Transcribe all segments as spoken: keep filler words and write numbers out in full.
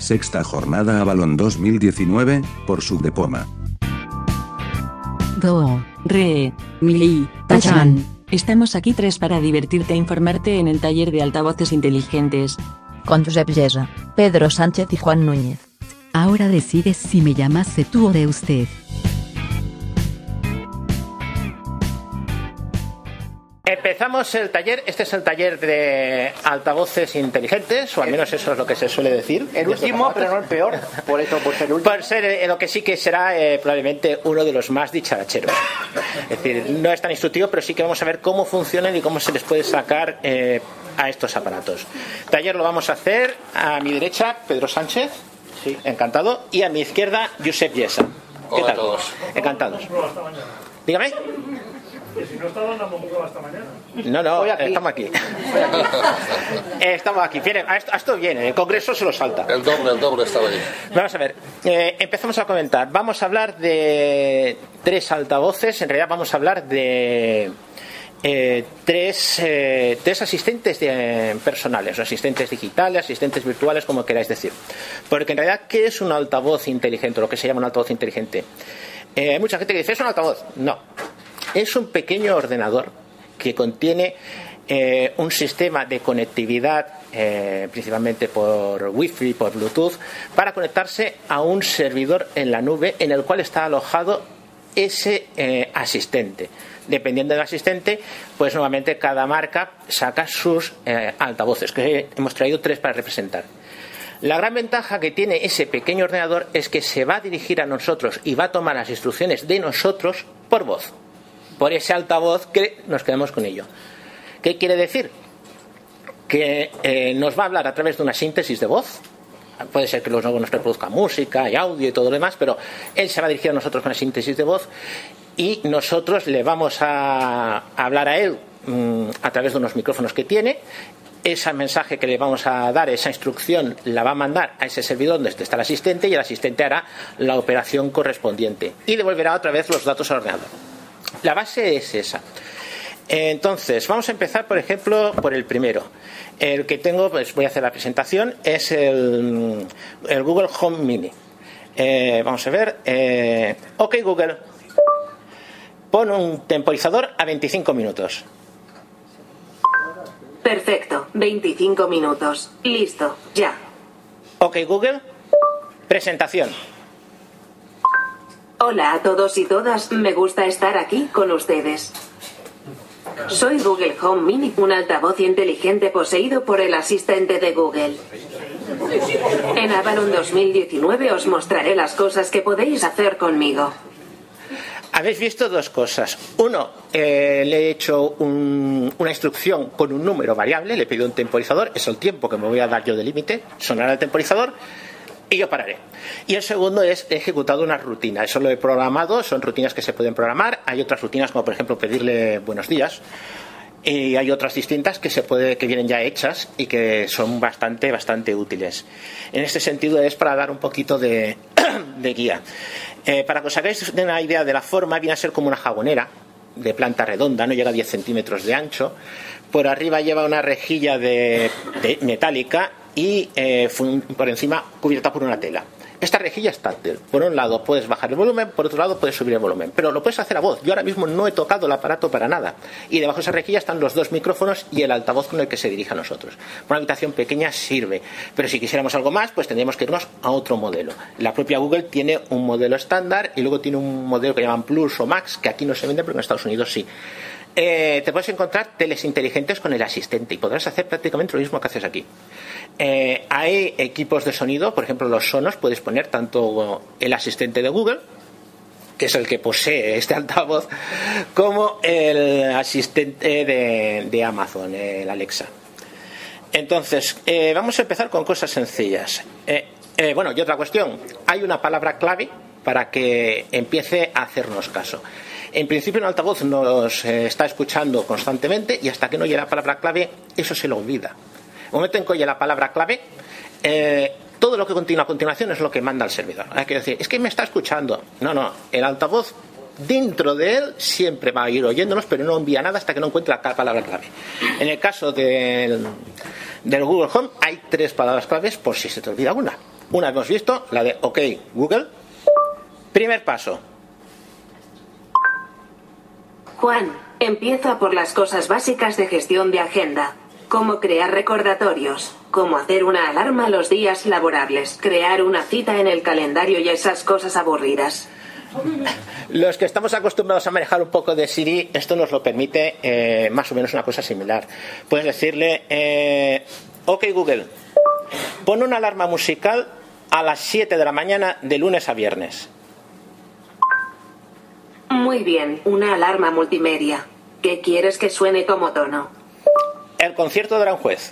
Sexta jornada Avalon dos mil diecinueve, por Subdepoma. Do, re, mi, tachan. Estamos aquí tres para divertirte e informarte en el taller de altavoces inteligentes. Con Josep Gesa, Pedro Sánchez y Juan Núñez. Ahora decides si me llamas de tú o de usted. Empezamos el taller. Este es el taller de altavoces inteligentes, o al menos eso es lo que se suele decir. El último, pero no el peor. Por eso, por ser el último. Por ser eh, lo que sí que será eh, probablemente uno de los más dicharacheros. Es decir, no es tan instructivo, pero sí que vamos a ver cómo funcionan y cómo se les puede sacar eh, a estos aparatos. El taller lo vamos a hacer a mi derecha, Pedro Sánchez. Sí. Encantado. Y a mi izquierda, Josep Gesa. ¿Qué Hola tal? a todos. Encantados. Dígame. Que si no estaba andando un poco hasta mañana. No, no, aquí. estamos aquí. eh, estamos aquí. Viene, a esto, a esto viene, el Congreso se lo salta. El doble, el doble estaba ahí. Vamos a ver, eh, empezamos a comentar. Vamos a hablar de tres altavoces. En realidad vamos a hablar de eh, tres, eh, tres asistentes de, eh, personales, o asistentes digitales, asistentes virtuales, como queráis decir. Porque en realidad, ¿qué es un altavoz inteligente? Lo que se llama un altavoz inteligente. Eh, hay mucha gente que dice, ¿es un altavoz? No. Es un pequeño ordenador que contiene eh, un sistema de conectividad, eh, principalmente por Wi-Fi, por Bluetooth, para conectarse a un servidor en la nube en el cual está alojado ese eh, asistente. Dependiendo del asistente, pues nuevamente cada marca saca sus eh, altavoces, que hemos traído tres para representar. La gran ventaja que tiene ese pequeño ordenador es que se va a dirigir a nosotros y va a tomar las instrucciones de nosotros por voz. Por ese altavoz que nos quedamos con ello. ¿Qué quiere decir? Que eh, nos va a hablar a través de una síntesis de voz. Puede ser que luego nos reproduzca música y audio y todo lo demás, pero él se va a dirigir a nosotros con una síntesis de voz y nosotros le vamos a hablar a él mmm, a través de unos micrófonos que tiene. Ese mensaje que le vamos a dar, esa instrucción, la va a mandar a ese servidor donde está el asistente y el asistente hará la operación correspondiente y devolverá otra vez los datos al ordenador. La base es esa. Entonces, vamos a empezar, por ejemplo, por el primero. El que tengo, pues voy a hacer la presentación, es el, el Google Home Mini. Eh, vamos a ver. Eh, ok, Google. Pon un temporizador a veinticinco minutos. Perfecto, veinticinco minutos. Listo, ya. Ok, Google. Presentación. Hola a todos y todas, me gusta estar aquí con ustedes. Soy Google Home Mini, un altavoz inteligente poseído por el asistente de Google. En Avalon dos mil diecinueve os mostraré las cosas que podéis hacer conmigo. Habéis visto dos cosas. Uno, eh, le he hecho un, una instrucción con un número variable, le he pedido un temporizador, es el tiempo que me voy a dar yo de límite, sonará el temporizador y yo pararé. Y el segundo es, he ejecutado una rutina, eso lo he programado, son rutinas que se pueden programar, hay otras rutinas como por ejemplo pedirle buenos días, y hay otras distintas que se puede, que vienen ya hechas y que son bastante, bastante útiles. En este sentido es para dar un poquito de, de guía. Eh, para que os hagáis una idea de la forma, viene a ser como una jabonera de planta redonda, no llega a diez centímetros de ancho. Por arriba lleva una rejilla de, de metálica y eh, por encima cubierta por una tela. Esta rejilla es táctil. Por un lado puedes bajar el volumen, por otro lado puedes subir el volumen, pero lo puedes hacer a voz. Yo ahora mismo no he tocado el aparato para nada y debajo de esa rejilla están los dos micrófonos y el altavoz con el que se dirige a nosotros. Una habitación pequeña sirve, pero si quisiéramos algo más, pues tendríamos que irnos a otro modelo. La propia Google tiene un modelo estándar y luego tiene un modelo que llaman Plus o Max, que aquí no se vende, pero en Estados Unidos sí. Eh, te puedes encontrar teles inteligentes con el asistente y podrás hacer prácticamente lo mismo que haces aquí. Eh, hay equipos de sonido, por ejemplo los Sonos, puedes poner tanto el asistente de Google, que es el que posee este altavoz, como el asistente de, de Amazon, el Alexa. Entonces, eh, vamos a empezar con cosas sencillas. Eh, eh, bueno, y otra cuestión, hay una palabra clave para que empiece a hacernos caso. En principio un altavoz nos eh, está escuchando constantemente y hasta que no oye la palabra clave, eso se lo olvida. En el momento en que oye la palabra clave, eh, todo lo que continúa a continuación es lo que manda el servidor. Hay que decir, es que me está escuchando. No, no, el altavoz dentro de él siempre va a ir oyéndonos, pero no envía nada hasta que no encuentre la palabra clave. En el caso del, del Google Home hay tres palabras claves por si se te olvida una. Una hemos visto, la de OK Google. Primer paso. Juan, empieza por las cosas básicas de gestión de agenda. Cómo crear recordatorios, cómo hacer una alarma los días laborables, crear una cita en el calendario y esas cosas aburridas. Los que estamos acostumbrados a manejar un poco de Siri, esto nos lo permite eh, más o menos una cosa similar. Puedes decirle, eh, OK Google, pon una alarma musical a las siete de la mañana de lunes a viernes. Muy bien, una alarma multimedia. ¿Qué quieres que suene como tono? El concierto de Aranjuez.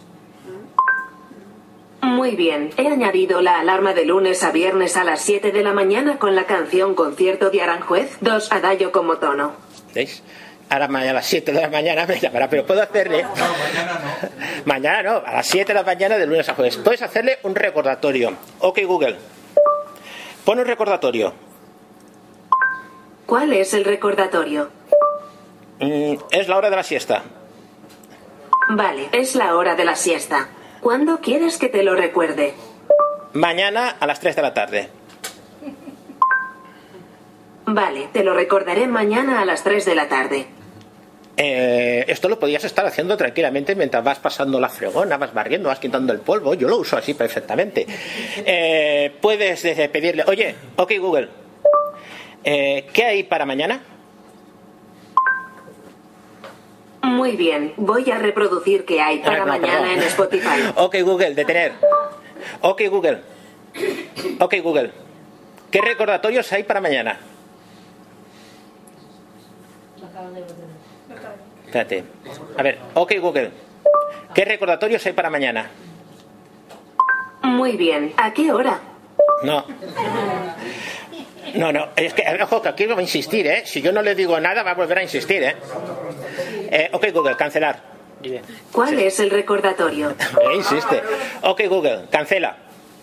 Muy bien, he añadido la alarma de lunes a viernes a las siete de la mañana con la canción Concierto de Aranjuez, dos adagio como tono. ¿Veis? Ahora mañana a las siete de la mañana me llamará, pero puedo hacerle... No, mañana no. Mañana no, a las siete de la mañana de lunes a jueves. Puedes hacerle un recordatorio. OK Google, pon un recordatorio. ¿Cuál es el recordatorio? Mm, es la hora de la siesta. Vale, es la hora de la siesta. ¿Cuándo quieres que te lo recuerde? Mañana a las tres de la tarde. Vale, te lo recordaré mañana a las tres de la tarde. Eh, esto lo podías estar haciendo tranquilamente mientras vas pasando la fregona, vas barriendo, vas quitando el polvo. Yo lo uso así perfectamente. Eh, puedes eh, pedirle, oye, OK Google, eh, ¿qué hay para mañana? Muy bien, voy a reproducir qué hay para Ah, no, mañana perdón. en Spotify. OK Google, detener. OK Google. OK Google. ¿Qué recordatorios hay para mañana? Espérate. A ver, OK Google. ¿Qué recordatorios hay para mañana? Muy bien, ¿a qué hora? No. No, no, es que, ojo, que aquí va a insistir, ¿eh? Si yo no le digo nada, va a volver a insistir, ¿eh? eh OK Google, cancelar. ¿Cuál Sí. es el recordatorio? Eh, insiste. OK Google, cancela.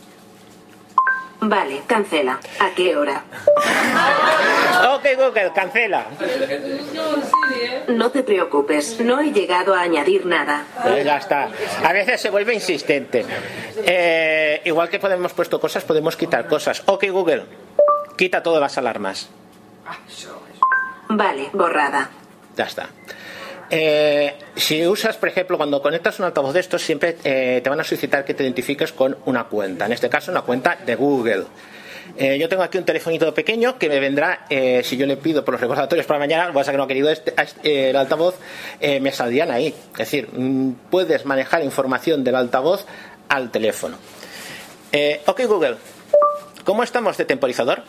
Vale, cancela. ¿A qué hora? OK Google, cancela. No te preocupes, no he llegado a añadir nada. Eh, ya está. A veces se vuelve insistente. Eh, igual que podemos puesto cosas, podemos quitar cosas. OK Google, quita todas las alarmas. Vale, borrada. Ya está. Eh, si usas, por ejemplo, cuando conectas un altavoz de estos, siempre eh, te van a solicitar que te identifiques con una cuenta. En este caso, una cuenta de Google. Eh, yo tengo aquí un telefonito pequeño que me vendrá, eh, si yo le pido por los recordatorios para mañana, lo que pasa que no ha querido este, eh, el altavoz, eh, me saldrían ahí. Es decir, mm, puedes manejar información del altavoz al teléfono. Eh, OK Google, ¿cómo estamos de temporizador?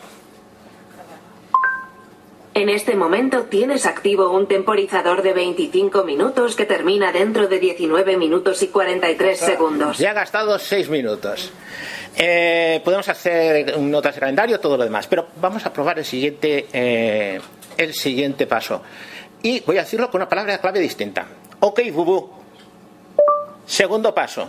En este momento tienes activo un temporizador de veinticinco minutos que termina dentro de diecinueve minutos y cuarenta y tres segundos. Ya ha gastado seis minutos. Eh, podemos hacer notas de calendario, todo lo demás, pero vamos a probar el siguiente, eh, el siguiente paso. Y voy a decirlo con una palabra clave distinta. OK Bubu. Segundo paso.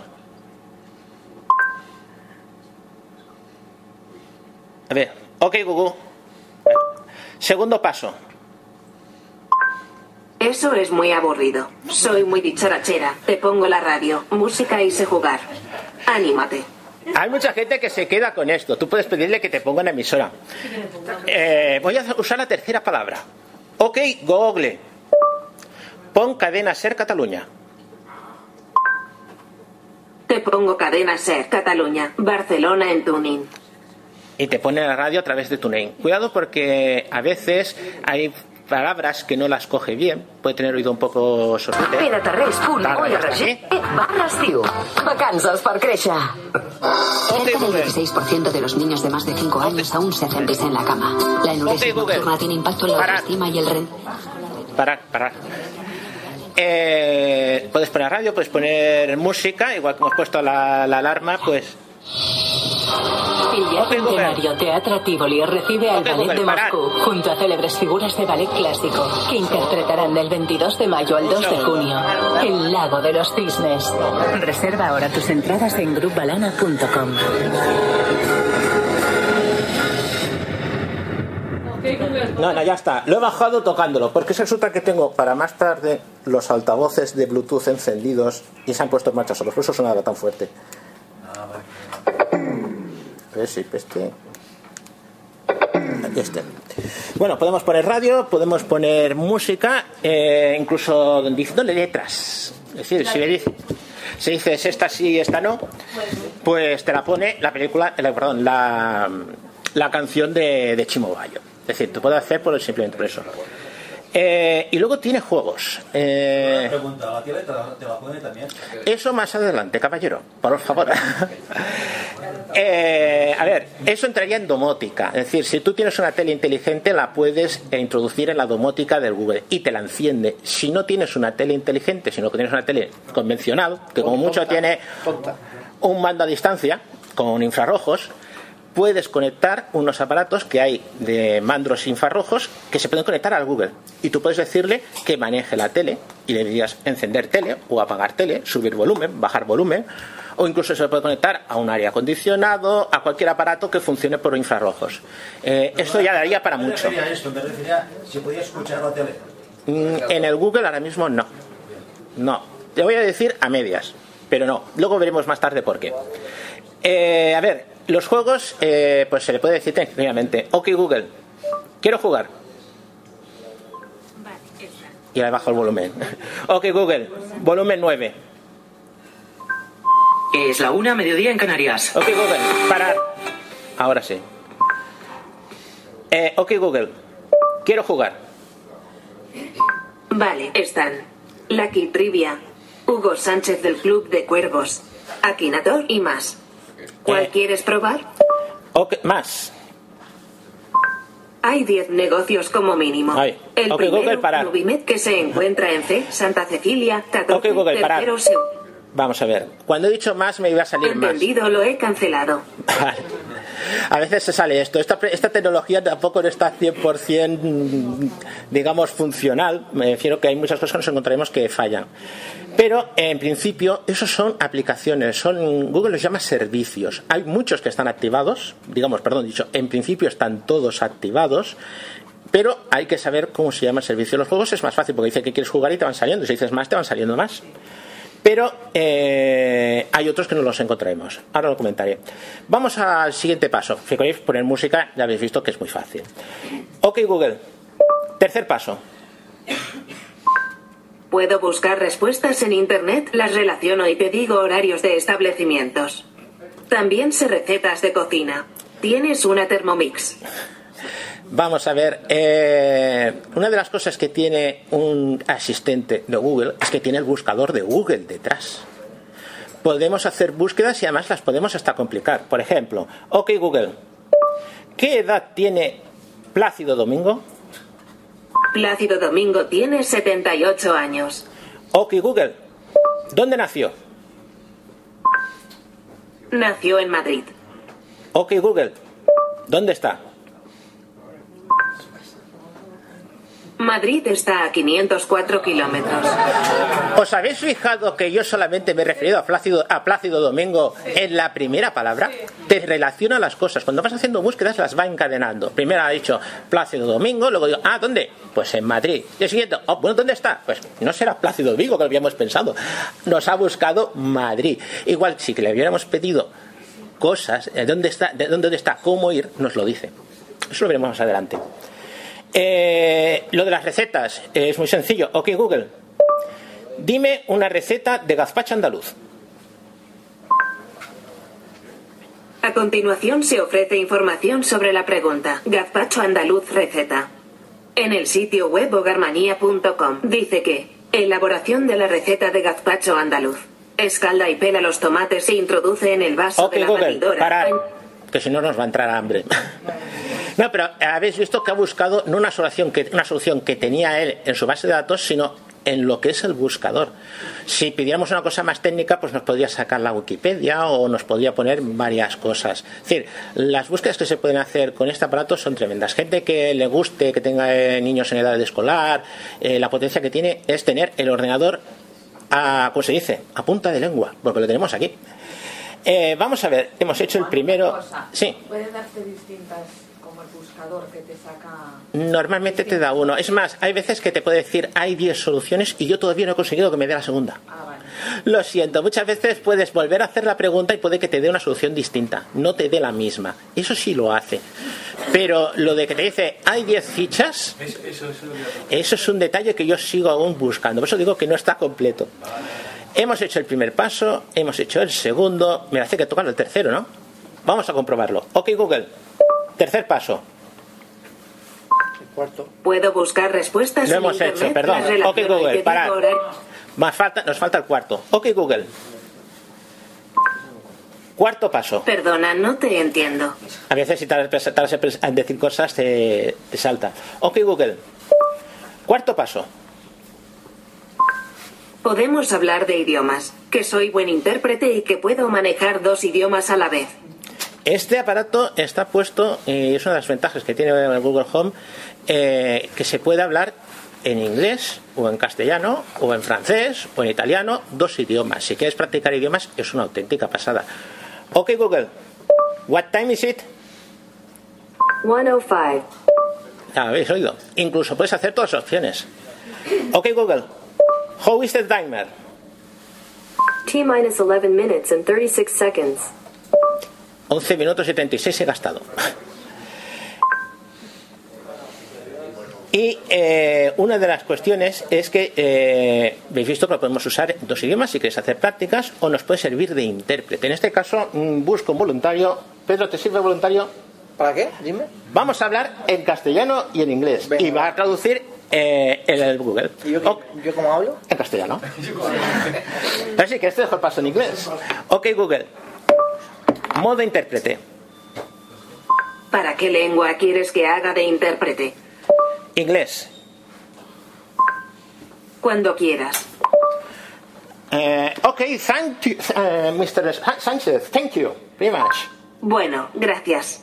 A ver, OK Google. Segundo paso. Eso es muy aburrido. Soy muy dicharachera. Te pongo la radio, música y sé jugar. Anímate. Hay mucha gente que se queda con esto. Tú puedes pedirle que te ponga una emisora. Eh, voy a usar la tercera palabra. OK Google. Pon Cadena Ser Cataluña. Te pongo Cadena Ser Cataluña, Barcelona en tuning. Y te pone la radio a través de TuneIn. Cuidado porque a veces hay palabras que no las coge bien, puede tener oído un poco sordete. p d t res punt Claro, ya está, org ¿sí? barra estiu. Vacances per créixer. Cerca del dieciséis por ciento de los niños de más de cinco años aún se hacen pis en la cama. La enuresis Ok, Google. nocturna tiene impacto en la Parar. autoestima y el ren... Parar, parar. Eh, puedes poner radio, puedes poner música, igual que hemos puesto la, la alarma, pues... El ya Ok, Google. centenario Teatro Tivoli recibe al Ok, Ballet Google, de parar. Moscú junto a célebres figuras de ballet clásico que interpretarán del veintidós de mayo al dos de junio El Lago de los Cisnes. Reserva ahora tus entradas en grup balana punto com. No, no, ya está. Lo he bajado tocándolo, porque resulta que tengo para más tarde los altavoces de Bluetooth encendidos y se han puesto en marcha solos. Por eso sonaba tan fuerte. pues sí, este. Aquí está. Bueno, podemos poner radio, podemos poner música, eh, incluso diciéndole letras. Es decir, si le dice, si dices esta sí, esta no, pues te la pone la película, la, perdón, la, la canción de, de Chimo Bayo. Es decir, te puede hacer por simplemente por eso. Eh, y luego tiene juegos. Eh, Una pregunta, ¿la tele te la, te la pone también? Eso más adelante, caballero, por favor. eh, a ver, eso entraría en domótica. Es decir, si tú tienes una tele inteligente, la puedes introducir en la domótica del Google y te la enciende. Si no tienes una tele inteligente, sino que tienes una tele convencional, que como mucho tiene un mando a distancia con infrarrojos, puedes conectar unos aparatos que hay de mandos infrarrojos que se pueden conectar al Google y tú puedes decirle que maneje la tele y le dirías encender tele o apagar tele, subir volumen, bajar volumen, o incluso se puede conectar a un aire acondicionado, a cualquier aparato que funcione por infrarrojos. Eh, esto ya daría para mucho. Me refería a esto, me refería si podía escuchar la tele. En el Google ahora mismo no. No. Te voy a decir a medias, pero no. Luego veremos más tarde por qué. Eh, a ver, los juegos, eh, pues se le puede decir técnicamente, ok Google, quiero jugar. Y le bajo el volumen. Ok Google, volumen nueve. Es la una, mediodía en Canarias. Ok Google, parar. Ahora sí. Eh, ok Google, quiero jugar. Vale, están Lucky Trivia, Hugo Sánchez del Club de Cuervos, Akinator y más. ¿Cuál eh, quieres probar? Ok, más. Hay diez negocios como mínimo. Ay. El okay, primero, Google, parar. Nubimet, que se encuentra en C, Santa Cecilia, catorce, ok Google, parar. tercero, se... Vamos a ver, cuando he dicho más me iba a salir Entendido, más. Entendido, lo he cancelado. Vale. A veces se sale esto. Esta, esta tecnología tampoco no está cien por ciento, digamos, funcional. Me refiero que hay muchas cosas que nos encontraremos que fallan. Pero, en principio, esos son aplicaciones. Son, Google los llama servicios. Hay muchos que están activados. Digamos, perdón, dicho, en principio están todos activados. Pero hay que saber cómo se llama el servicio. Los juegos es más fácil porque dice que quieres jugar y te van saliendo. Si dices más, te van saliendo más. Pero eh, hay otros que no los encontraremos. Ahora lo comentaré. Vamos al siguiente paso. Si queréis poner música, ya habéis visto que es muy fácil. Ok, Google. Tercer paso. Puedo buscar respuestas en internet, las relaciono y te digo horarios de establecimientos. También sé recetas de cocina. Tienes una Thermomix. Vamos a ver, eh, una de las cosas que tiene un asistente de Google es que tiene el buscador de Google detrás. Podemos hacer búsquedas y además las podemos hasta complicar. Por ejemplo, ok Google, ¿qué edad tiene Plácido Domingo? Plácido Domingo tiene setenta y ocho años. Ok Google, ¿dónde nació? Nació en Madrid. Ok Google, ¿dónde está? Madrid está a quinientos cuatro kilómetros. ¿Os habéis fijado que yo solamente me he referido a Plácido, a Plácido Domingo en la primera palabra? Te relaciona las cosas. Cuando vas haciendo búsquedas las va encadenando. Primero ha dicho Plácido Domingo, luego digo, ah, ¿dónde? Pues en Madrid. Y el siguiente, oh, bueno, ¿dónde está? Pues no será Plácido Domingo, que lo habíamos pensado. Nos ha buscado Madrid. Igual, si que le hubiéramos pedido cosas, de dónde está, de dónde está, cómo ir, nos lo dice. Eso lo veremos más adelante. Eh, lo de las recetas eh, es muy sencillo. Ok Google, dime una receta de gazpacho andaluz. A continuación se ofrece información sobre la pregunta gazpacho andaluz receta. En el sitio web hogarmanía punto com dice que elaboración de la receta de gazpacho andaluz. Escalda y pela los tomates e introduce en el vaso okay, de la Google, batidora. Parar, que si no nos va a entrar hambre. No, pero habéis visto que ha buscado no una solución que, una solución que tenía él en su base de datos, sino en lo que es el buscador. Si pidiéramos una cosa más técnica, pues nos podría sacar la Wikipedia o nos podría poner varias cosas. Es decir, las búsquedas que se pueden hacer con este aparato son tremendas. Gente que le guste, que tenga eh, niños en edad de escolar, eh, la potencia que tiene es tener el ordenador a, ¿cómo se dice? A punta de lengua, porque lo tenemos aquí. Eh, vamos a ver, hemos hecho el primero. Sí. ¿Puedes darte distintas? El buscador que te saca... Normalmente te da uno. Es más, hay veces que te puede decir hay diez soluciones y yo todavía no he conseguido que me dé la segunda. Ah, vale. Lo siento, muchas veces puedes volver a hacer la pregunta y puede que te dé una solución distinta, no te dé la misma. Eso sí lo hace. Pero lo de que te dice, hay diez fichas, eso es un detalle que yo sigo aún buscando. Por eso digo que no está completo. Hemos hecho el primer paso, hemos hecho el segundo, me hace que tocar el tercero, ¿no? Vamos a comprobarlo. Ok, Google, tercer paso. Cuarto. Puedo buscar respuestas Lo en hemos internet. hecho, perdón. tras relación Ok, al Google, pedido parad. oral. Más falta, nos falta el cuarto. Ok, Google. Cuarto paso. Perdona, no te entiendo. A veces si tardas en decir cosas te, te salta. Ok, Google. Cuarto paso. Podemos hablar de idiomas, que soy buen intérprete y que puedo manejar dos idiomas a la vez. Este aparato está puesto, y es una de las ventajas que tiene el Google Home, eh, que se puede hablar en inglés, o en castellano, o en francés, o en italiano, dos idiomas. Si quieres practicar idiomas, es una auténtica pasada. Ok, Google. What time is it? one oh five. Ya habéis oído. Incluso puedes hacer todas las opciones. Ok, Google. How is the timer? T minus eleven minutes and thirty-six seconds. once minutos y treinta y seis he gastado. Y eh, una de las cuestiones es que eh, habéis visto que lo podemos usar en dos idiomas si queréis hacer prácticas, o nos puede servir de intérprete. En este caso, mmm, busco un voluntario. Pedro, ¿te sirve voluntario? ¿Para qué? Dime. Vamos a hablar en castellano y en inglés. Venga. Y va a traducir eh, en el Google. ¿Y yo, o, yo cómo hablo? En castellano. Pero sí, que este dejo el paso en inglés. Ok, Google. Modo intérprete. ¿Para qué lengua quieres que haga de intérprete? Inglés. Cuando quieras. Uh, ok, thank you, uh, mister Sánchez. Thank you very much. Bueno, gracias.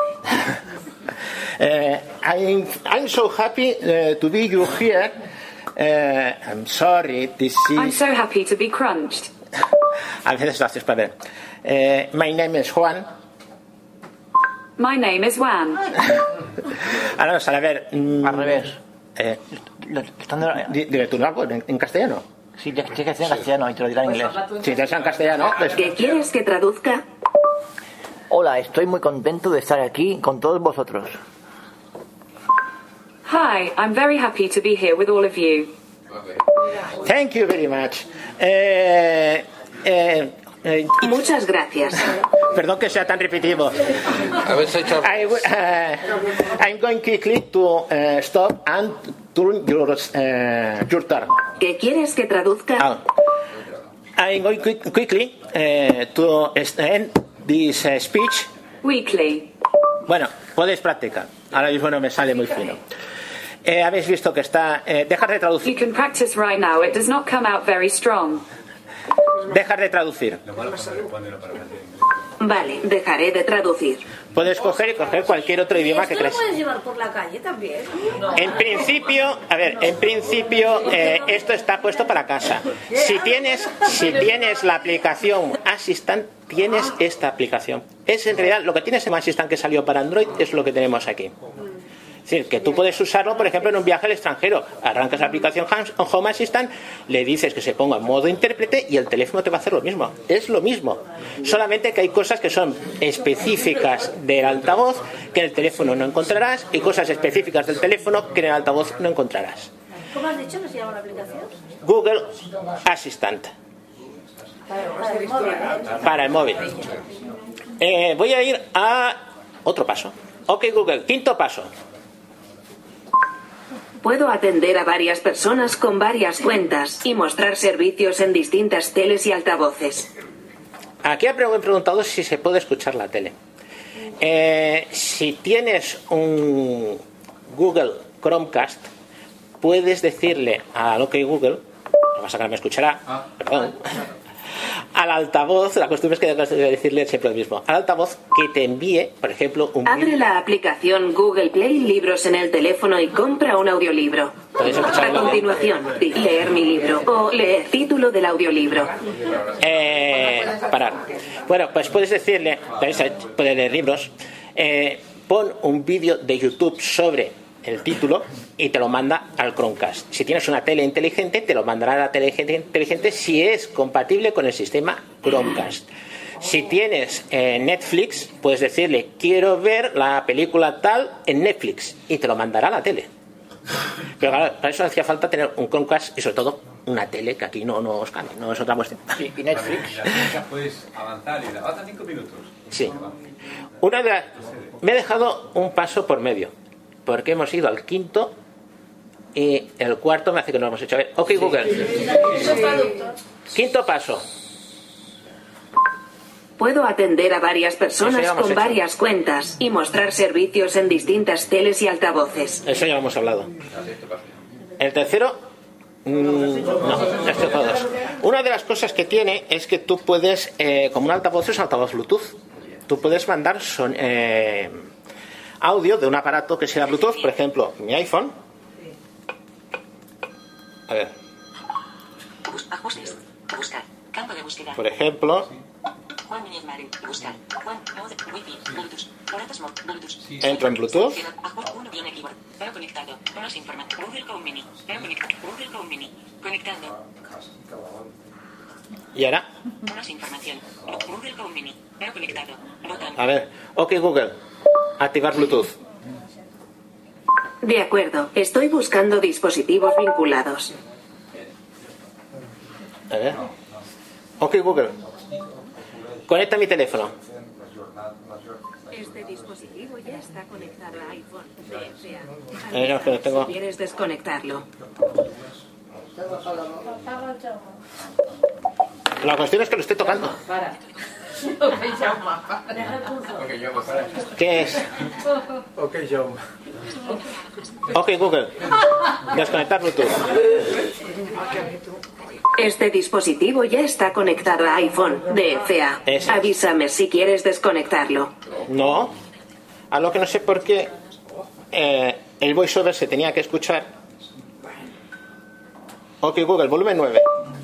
uh, I'm, I'm so happy uh, to be you here. Uh, I'm sorry, this is... I'm so happy to be crunched. A veces lo haces para ver. Uh, my name is Juan. My name is Juan. Ahora vamos a ver. Mm, Al revés. Eh, Estando... Dile tú algo en, en castellano. Sí, tienes que decir en castellano y te lo dirá en inglés. Si te en castellano. Pues... ¿Qué quieres que traduzca? Hola, estoy muy contento de estar aquí con todos vosotros. Hi, I'm very happy to be here with all of you. Thank you very much. Eh, eh, eh, Muchas gracias. Perdón que sea tan repetitivo. I, uh, I'm going quickly to uh, stop and turn your, uh, your turn. ¿Qué quieres que traduzca? Oh. I'm going quick, quickly uh, to end this uh, speech. Weekly. Bueno, podéis practicar. Ahora mismo no me sale muy fino. Eh, Habéis visto que está... Eh, dejar de traducir. You can practice right now. It does not come out very strong. Dejar de traducir. Vale, dejaré de traducir. Puedes coger y coger cualquier otro idioma que creas. ¿Esto lo puedes llevar por la calle también? En principio, a ver, en principio eh, esto está puesto para casa. Si tienes, si tienes la aplicación Assistant, tienes esta aplicación. Es en realidad lo que tienes en Assistant que salió para Android es lo que tenemos aquí. Es decir, que tú puedes usarlo, por ejemplo, en un viaje al extranjero. Arrancas la aplicación Home Assistant, le dices que se ponga en modo intérprete y el teléfono te va a hacer lo mismo. Es lo mismo. Solamente que hay cosas que son específicas del altavoz que en el teléfono no encontrarás y cosas específicas del teléfono que en el altavoz no encontrarás. ¿Cómo has dicho que se llama la aplicación? Google Assistant. Para el móvil. Para el móvil. Eh, voy a ir a otro paso. Ok, Google, quinto paso. Puedo atender a varias personas con varias cuentas y mostrar servicios en distintas teles y altavoces. Aquí he preguntado si se puede escuchar la tele. Eh, si tienes un Google Chromecast, puedes decirle a lo que Google, lo vas a sacar, me escuchará, perdón, al altavoz, la costumbre es que debes decirle siempre lo mismo, al altavoz que te envíe, por ejemplo, un Abre vídeo. la aplicación Google Play Libros en el teléfono y compra un audiolibro. A continuación, di leer mi libro o leer título del audiolibro. Eh, parar. Bueno, pues puedes decirle, puedes leer libros, eh, pon un vídeo de YouTube sobre el título y te lo manda al Chromecast. Si tienes una tele inteligente, te lo mandará a la tele inteligente si es compatible con el sistema Chromecast. Si tienes eh, Netflix, puedes decirle, quiero ver la película tal en Netflix, y te lo mandará a la tele. Pero claro, para eso hacía falta tener un Chromecast y sobre todo una tele, que aquí no nos cambia, no es otra cuestión. Sí, y Netflix. Puedes avanzar y faltan cinco minutos. Sí. Una de las... Me he dejado un paso por medio, porque hemos ido al quinto y el cuarto me hace que no lo hemos hecho. A ver, ok, Google. Quinto paso. Puedo atender a varias personas Eso ya lo hemos con hecho. varias cuentas y mostrar servicios en distintas teles y altavoces. Eso ya lo hemos hablado. El tercero, mmm, no, este todos. Una de las cosas que tiene es que tú puedes, eh, como un altavoz es un altavoz Bluetooth, tú puedes mandar son, eh, audio de un aparato que sea Bluetooth, por ejemplo, mi iPhone. A ver, Ajustes. Buscar. Campo de búsqueda. por ejemplo, Juan Núñez Marín. Buscar. Juan. Mode. Wi-Fi. Bluetooth. Aparatos mo- Bluetooth. entro en Bluetooth. Ajuste uno guión keyboard. Pero conectado. Más información. Google Home Mini. Pero conectado. Google Home Mini. Conectando. Y ahora, Más información. Google Home Mini. Pero conectado. Botón. a ver, ok Google, activar Bluetooth. De acuerdo, estoy buscando dispositivos vinculados. A ver, ok Google, conecta mi teléfono. Este dispositivo ya está conectado a iPhone. Eh, no, es que no tengo... Si quieres desconectarlo. La cuestión es que lo estoy tocando. Para. ¿Qué es? Ok, Joe. Ok Google, desconectar Bluetooth. Este dispositivo ya está conectado a iPhone. D F A. Eso. Avísame si quieres desconectarlo. No, a lo que no sé por qué eh, el voiceover se tenía que escuchar. Ok Google, volumen nueve.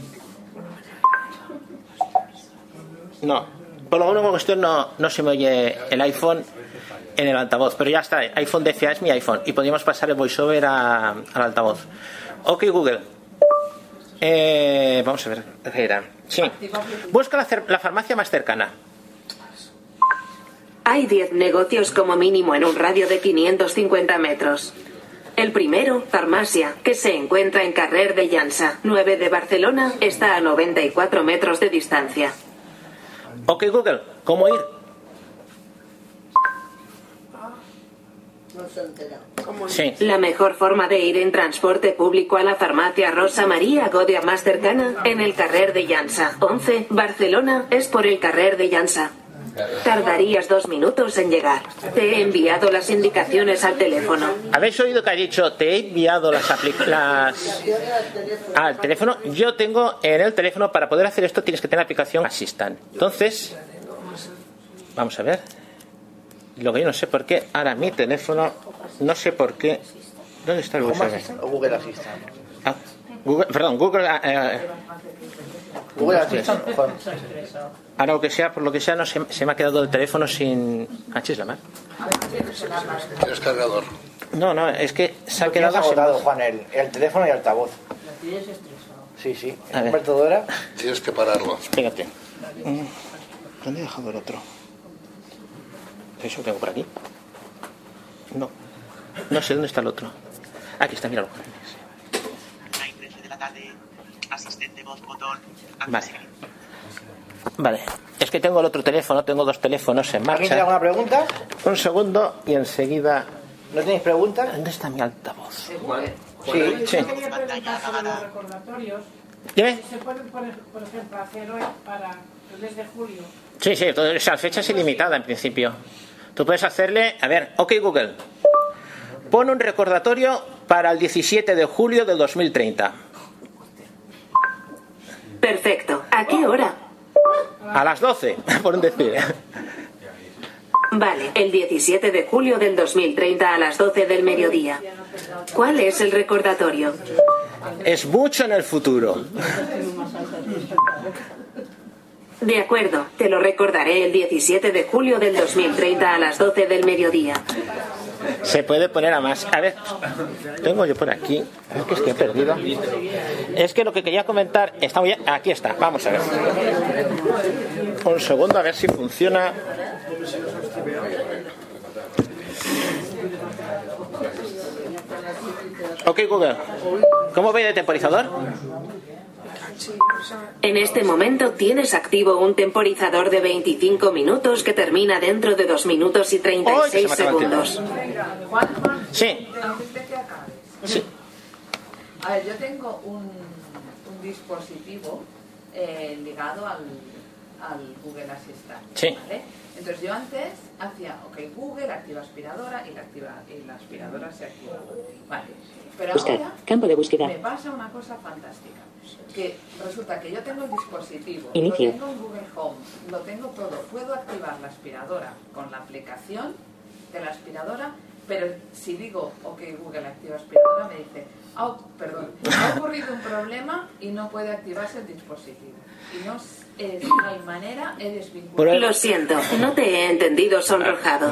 No, por lo menos cuestión no, no se me oye el iPhone en el altavoz, pero ya está, iPhone D F A es mi iPhone y podríamos pasar el voiceover a, al altavoz. Ok Google, eh, vamos a ver, ¿qué era? Sí, busca la, cer- la farmacia más cercana. Hay diez negocios como mínimo en un radio de quinientos cincuenta metros. El primero, Farmacia, que se encuentra en Carrer de Llança, nueve de Barcelona, está a noventa y cuatro metros de distancia. Ok Google, ¿cómo ir? Sí. La mejor forma de ir en transporte público a la farmacia Rosa María Godia más cercana, en el Carrer de Llança, once, Barcelona, es por el Carrer de Llança. Tardarías dos minutos en llegar. Te he enviado las indicaciones al teléfono. ¿Habéis oído que ha dicho te he enviado las aplicaciones al teléfono? Yo tengo en el teléfono, para poder hacer esto tienes que tener la aplicación Assistant. Entonces, vamos a ver. Lo que yo no sé por qué, ahora mi teléfono, no sé por qué. ¿Dónde está el ¿Home USB? Assistant o Google Assistant? Ah, Google, perdón, Google. Eh, Google Assistant o Home. ahora lo que sea, por lo que sea, no se, se me ha quedado el teléfono sin. Ah, chis la mar. ¿Tienes cargador? No, no, es que se ha Lo tienes quedado sin. agotado, Juan, el, el teléfono y el altavoz. Sí, sí. A ver. Convertidora. Tienes que pararlo. Espérate. Mm, ¿Dónde he dejado el otro? ¿Eso lo tengo por aquí? No. No sé dónde está el otro. Aquí está, míralo. Vale. Vale. Es que tengo el otro teléfono, tengo dos teléfonos en ¿Alguien tiene marcha. alguna pregunta? Un segundo y enseguida. ¿No tenéis preguntas? ¿Dónde está mi altavoz? Sí. Sí. Quería preguntar sobre los recordatorios. Dime. ¿Se pueden poner, por ejemplo, hacer hoy para el mes de julio? Sí, sí, todo, o sea, la fecha es ilimitada en principio. Tú puedes hacerle, a ver, ok Google, pon un recordatorio para el diecisiete de julio de dos mil treinta. Perfecto. ¿A qué hora? A las doce, por un decir. Vale, el diecisiete de julio del dos mil treinta a las doce del mediodía. ¿Cuál es el recordatorio? Es mucho en el futuro. De acuerdo, te lo recordaré el diecisiete de julio del dos mil treinta a las doce del mediodía. Se puede poner a más. A ver, tengo yo por aquí. Es que, es que he perdido. Es que lo que quería comentar está muy bien. Aquí está. Vamos a ver. Un segundo a ver si funciona. Ok, Google. ¿Cómo ve de temporizador? En este momento tienes activo un temporizador de veinticinco minutos que termina dentro de dos minutos y treinta y seis segundos. Sí. Sí. A ver, yo tengo un, un dispositivo eh, ligado al, al Google Assistant. Sí. ¿Vale? Entonces yo antes hacía, ok, Google, activa aspiradora y la, activa, y la aspiradora se activa. Vale. Pero Buscar. ahora Campo de búsqueda. me pasa una cosa fantástica. Que resulta que yo tengo el dispositivo, Inicio. lo tengo en Google Home, lo tengo todo. Puedo activar la aspiradora con la aplicación de la aspiradora, pero si digo, ok, Google, activa aspiradora, me dice, oh, perdón, ha ocurrido un problema y no puede activarse el dispositivo. Y no es, no hay manera, he desvinculado. Lo siento, no te he entendido, sonrojado.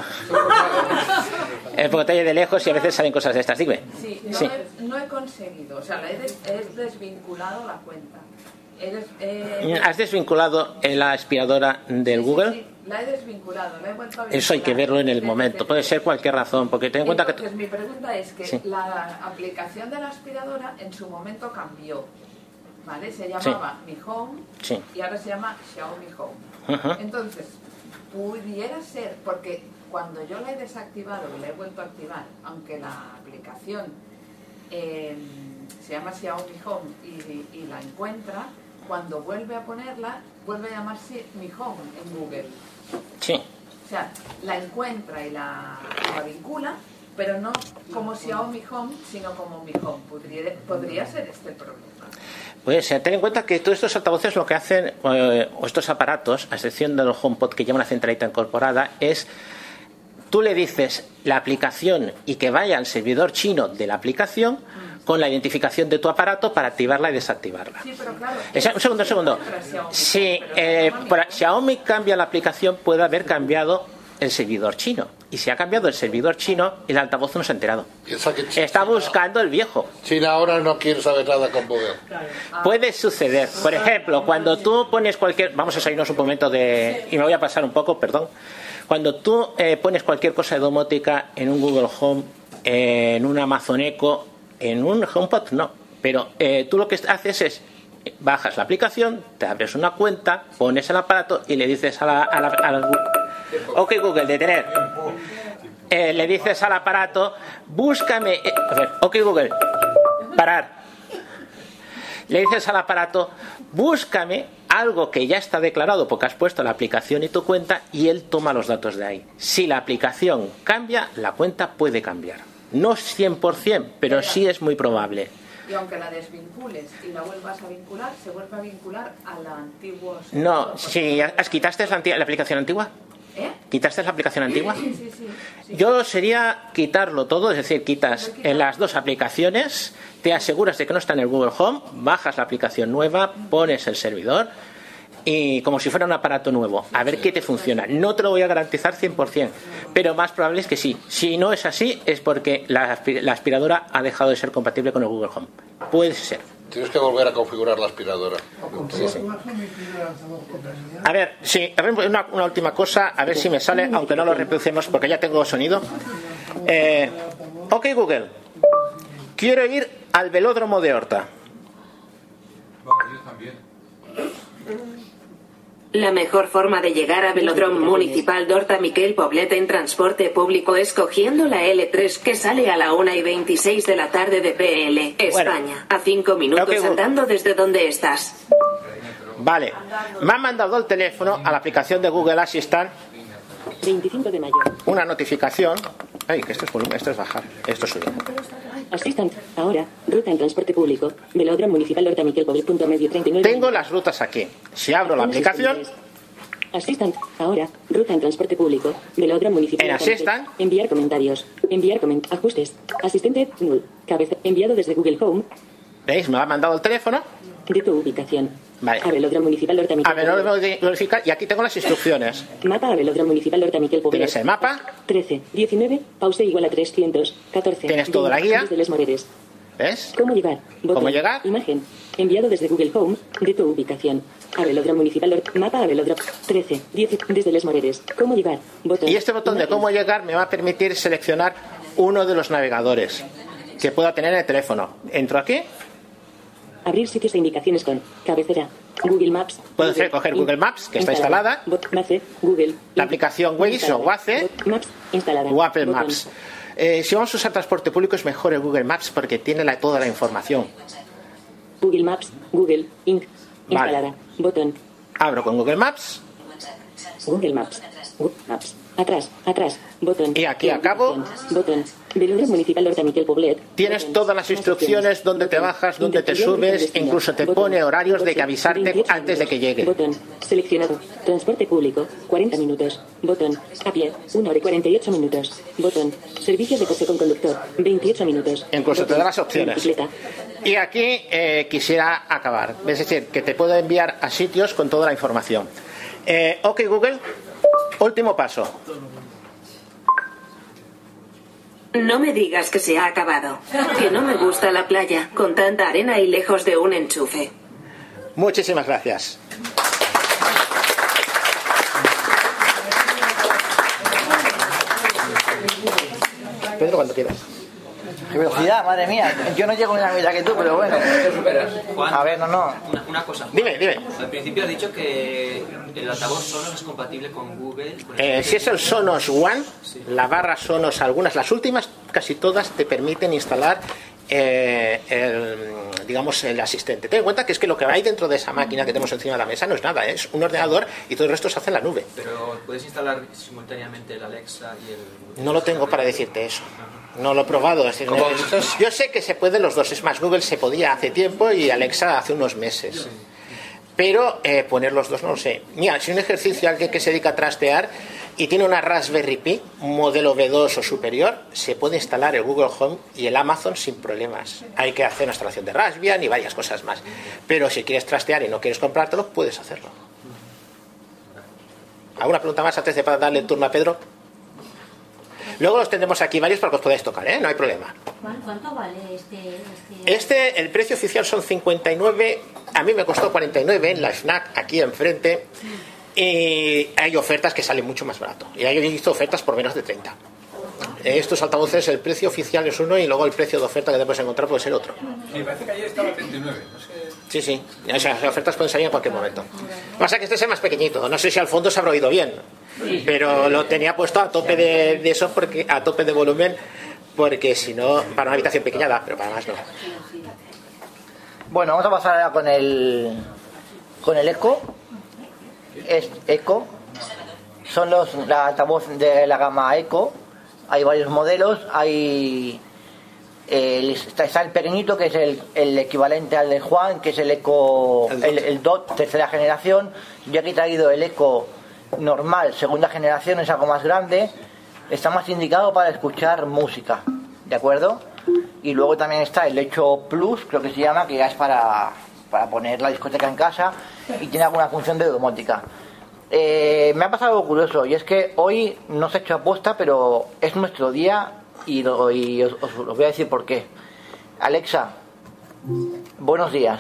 El botella de lejos y a veces salen cosas de estas. Dime. Sí, no, Sí. He, no he conseguido, o sea, la he, des, he desvinculado la cuenta. He des, he, ¿Has desvinculado la aspiradora del Google? Sí, la he desvinculado, la he vuelto a vincular. Eso hay que verlo en el momento. Puede ser cualquier razón, porque ten en cuenta que... Entonces, mi pregunta es que Sí. la aplicación de la aspiradora en su momento cambió, ¿vale? Se llamaba Mi Home Sí. y ahora se llama Xiaomi Home. Ujú. Entonces, pudiera ser, porque cuando yo la he desactivado y la he vuelto a activar, aunque la aplicación eh, se llama Xiaomi Home y, y la encuentra, cuando vuelve a ponerla, vuelve a llamarse Mi Home en Google. Sí. O sea, la encuentra y la, la vincula, pero no como Xiaomi Home, sino como Mi Home. Podría, podría ser este el problema. Pues ten en cuenta que todos estos altavoces lo que hacen, eh, o estos aparatos, a excepción del HomePod que lleva una centralita incorporada, es tú le dices la aplicación y que vaya al servidor chino de la aplicación mm. con la identificación de tu aparato para activarla y desactivarla. Sí, pero claro, Esa, un segundo, un segundo. Si eh, por, Xiaomi cambia la aplicación, puede haber cambiado el servidor chino. Y si ha cambiado el servidor chino, el altavoz no se ha enterado. Está buscando el viejo. China ahora no quiere saber nada con Google. Puede suceder. Por ejemplo, cuando tú pones cualquier... Vamos a salirnos un momento de... Y me voy a pasar un poco, perdón. Cuando tú eh, pones cualquier cosa de domótica en un Google Home, eh, en un Amazon Echo, en un HomePod, no. Pero eh, tú lo que haces es... Bajas la aplicación, te abres una cuenta, pones el aparato y le dices a la... A la, a la ok, Google, detener. Eh, le dices al aparato, búscame... Eh, a ver, ok, Google, parar. Le dices al aparato, búscame algo que ya está declarado porque has puesto la aplicación y tu cuenta, y él toma los datos de ahí. Si la aplicación cambia, la cuenta puede cambiar. No cien por ciento, pero sí es muy probable. Y aunque la desvincules y la vuelvas a vincular, se vuelve a vincular a la antigua... No, si has quitaste la, la aplicación antigua. ¿Eh? ¿Quitaste la aplicación antigua? Sí, sí, sí, sí. Yo sería quitarlo todo, es decir, quitas en las dos aplicaciones, te aseguras de que no está en el Google Home, bajas la aplicación nueva, pones el servidor y como si fuera un aparato nuevo, a ver qué te funciona. No te lo voy a garantizar cien por ciento, pero más probable es que sí. Si no es así, es porque la, la aspiradora ha dejado de ser compatible con el Google Home. Puede ser. Tienes que volver a configurar la aspiradora. Sí, sí. A ver, sí, a ver, una, una última cosa, a ver si me sale, aunque no lo reproducimos porque ya tengo sonido. Eh, ok, Google, quiero ir al velódromo de Horta. Yo también. La mejor forma de llegar a Velódromo Municipal d'Horta Miquel Poblet en transporte público es cogiendo la ele tres que sale a la una y veintiséis de la tarde de P L, España, a cinco minutos Okay, andando desde donde estás. Vale, me han mandado al teléfono a la aplicación de Google Assistant veinticinco de mayo. una notificación. Ay, que esto es volumen, esto es bajar, esto es subir. Assistant, ahora, ruta en transporte público, Velódromo Municipal d'Horta Miquel Poblet, punto medio treinta y nueve. Tengo las rutas aquí. Si abro la aplicación, Assistant, ahora, ruta en transporte público, Velódromo Municipal En d'Horta Miquel. Assistant. Enviar comentarios, enviar coment ajustes, asistente, null, cabeza, enviado desde Google Home, ¿veis? Me lo ha mandado el teléfono. de tu ubicación. Vale. A velódromo municipal Horta Miquel. A velódromo municipal, y aquí tengo las instrucciones. Mapa a velódromo municipal Horta Miquel Poblet. Tienes el mapa. trece, diecinueve, pause igual a trescientos, catorce. Tienes toda la guía. Desde Les Moreres. ¿Ves? ¿Cómo llegar? Botón. ¿Cómo llegar? Imagen. Enviado desde Google Home de tu ubicación. A velódromo municipal Horta. Mapa a velódromo. trece, diez. Desde Les Moreres. ¿Cómo llegar? Botón. Y este botón Imagen. de cómo llegar me va a permitir seleccionar uno de los navegadores que pueda tener en el teléfono. Entro aquí. Abrir sitios e indicaciones con cabecera. Google Maps. Puedo Google, coger Google Maps, que está instalada. Bot, Mace, Google. La aplicación Waze o Waze. Maps instalada. O Apple Botón. Maps. Eh, si vamos a usar transporte público es mejor el Google Maps porque tiene la, toda la información. Google Maps, Google, Inc. Instalada. Vale. Botón. Abro con Google Maps. Google Maps. Google Maps. Atrás, atrás. Botón. Y aquí acabo. Botón. Velódromo municipal Horta Miquel Poblet. Tienes Botón. todas las instrucciones, dónde te bajas, dónde te subes, incluso te pone horarios de que avisarte antes de que llegue. Botón. Seleccionado. Transporte público. cuarenta minutos. Botón. A pie. una hora y cuarenta y ocho minutos. Botón. Servicios de coche con conductor. veintiocho minutos. Incluso te Botón. da las opciones. Bicicleta. Y aquí eh, quisiera acabar. Es decir, que te puedo enviar a sitios con toda la información. Eh, ok, Google. Último paso. No me digas que se ha acabado. Que no me gusta la playa, con tanta arena y lejos de un enchufe. Muchísimas gracias. Pedro, cuando quieras. ¡Qué velocidad, madre mía! Yo no llego ni a la mitad que tú, pero bueno. Juan, A ver, no, no. Una, una cosa. Dime, dime. Al principio has dicho que el altavoz Sonos es compatible con Google. Con Eh, si es el Sonos One, la barra Sonos, algunas, las últimas, casi todas te permiten instalar eh, el, digamos, el asistente. Ten en cuenta que es que lo que hay dentro de esa máquina que tenemos encima de la mesa no es nada, ¿eh? Es un ordenador y todo el resto se hace en la nube. Pero puedes instalar simultáneamente el Alexa y el... No lo tengo para decirte eso. No lo he probado. Es decir, ¿Cómo eh, dices? yo sé que se pueden los dos. Es más, Google se podía hace tiempo y Alexa hace unos meses. Pero eh, poner los dos no lo sé. Mira, si un ejercicio alguien que se dedica a trastear y tiene una Raspberry Pi, un modelo V dos o superior, se puede instalar el Google Home y el Amazon sin problemas. Hay que hacer una instalación de Raspbian y varias cosas más. Pero si quieres trastear y no quieres comprártelo, puedes hacerlo. ¿Alguna pregunta más antes de darle el turno a Pedro? Luego los tendremos aquí varios para que os podáis tocar, ¿eh? No hay problema. ¿Cuánto vale este, este...? Este, el precio oficial son cincuenta y nueve, a mí me costó cuarenta y nueve en la FNAC, aquí enfrente, y hay ofertas que salen mucho más barato. Y hay visto ofertas por menos de treinta. Estos altavoces, el precio oficial es uno y luego el precio de oferta que te puedes encontrar puede ser otro. Me parece que ayer estaba treinta y nueve, no sé... Sí, sí, o sea, las ofertas pueden salir en cualquier momento. Lo que pasa es que este es el más pequeñito, no sé si al fondo se habrá oído bien, pero lo tenía puesto a tope de, de eso, porque a tope de volumen, porque si no, para una habitación pequeña da, pero para más no. Bueno, vamos a pasar ahora con el con el Echo. Es Echo. Son los la altavoz de la gama Echo. Hay varios modelos. Hay el, está, está el pequeñito, que es el, el equivalente al de Juan, que es el Echo, el, el Dot tercera generación. Yo aquí he traído el Echo normal segunda generación, es algo más grande. Está más indicado para escuchar música, ¿de acuerdo? Y luego también está el Echo Plus, creo que se llama, que ya es para, para poner la discoteca en casa y tiene alguna función de domótica. Eh, me ha pasado algo curioso, y es que hoy no se ha hecho aposta, pero es nuestro día y, lo, y os, os, os voy a decir por qué. Alexa, buenos días.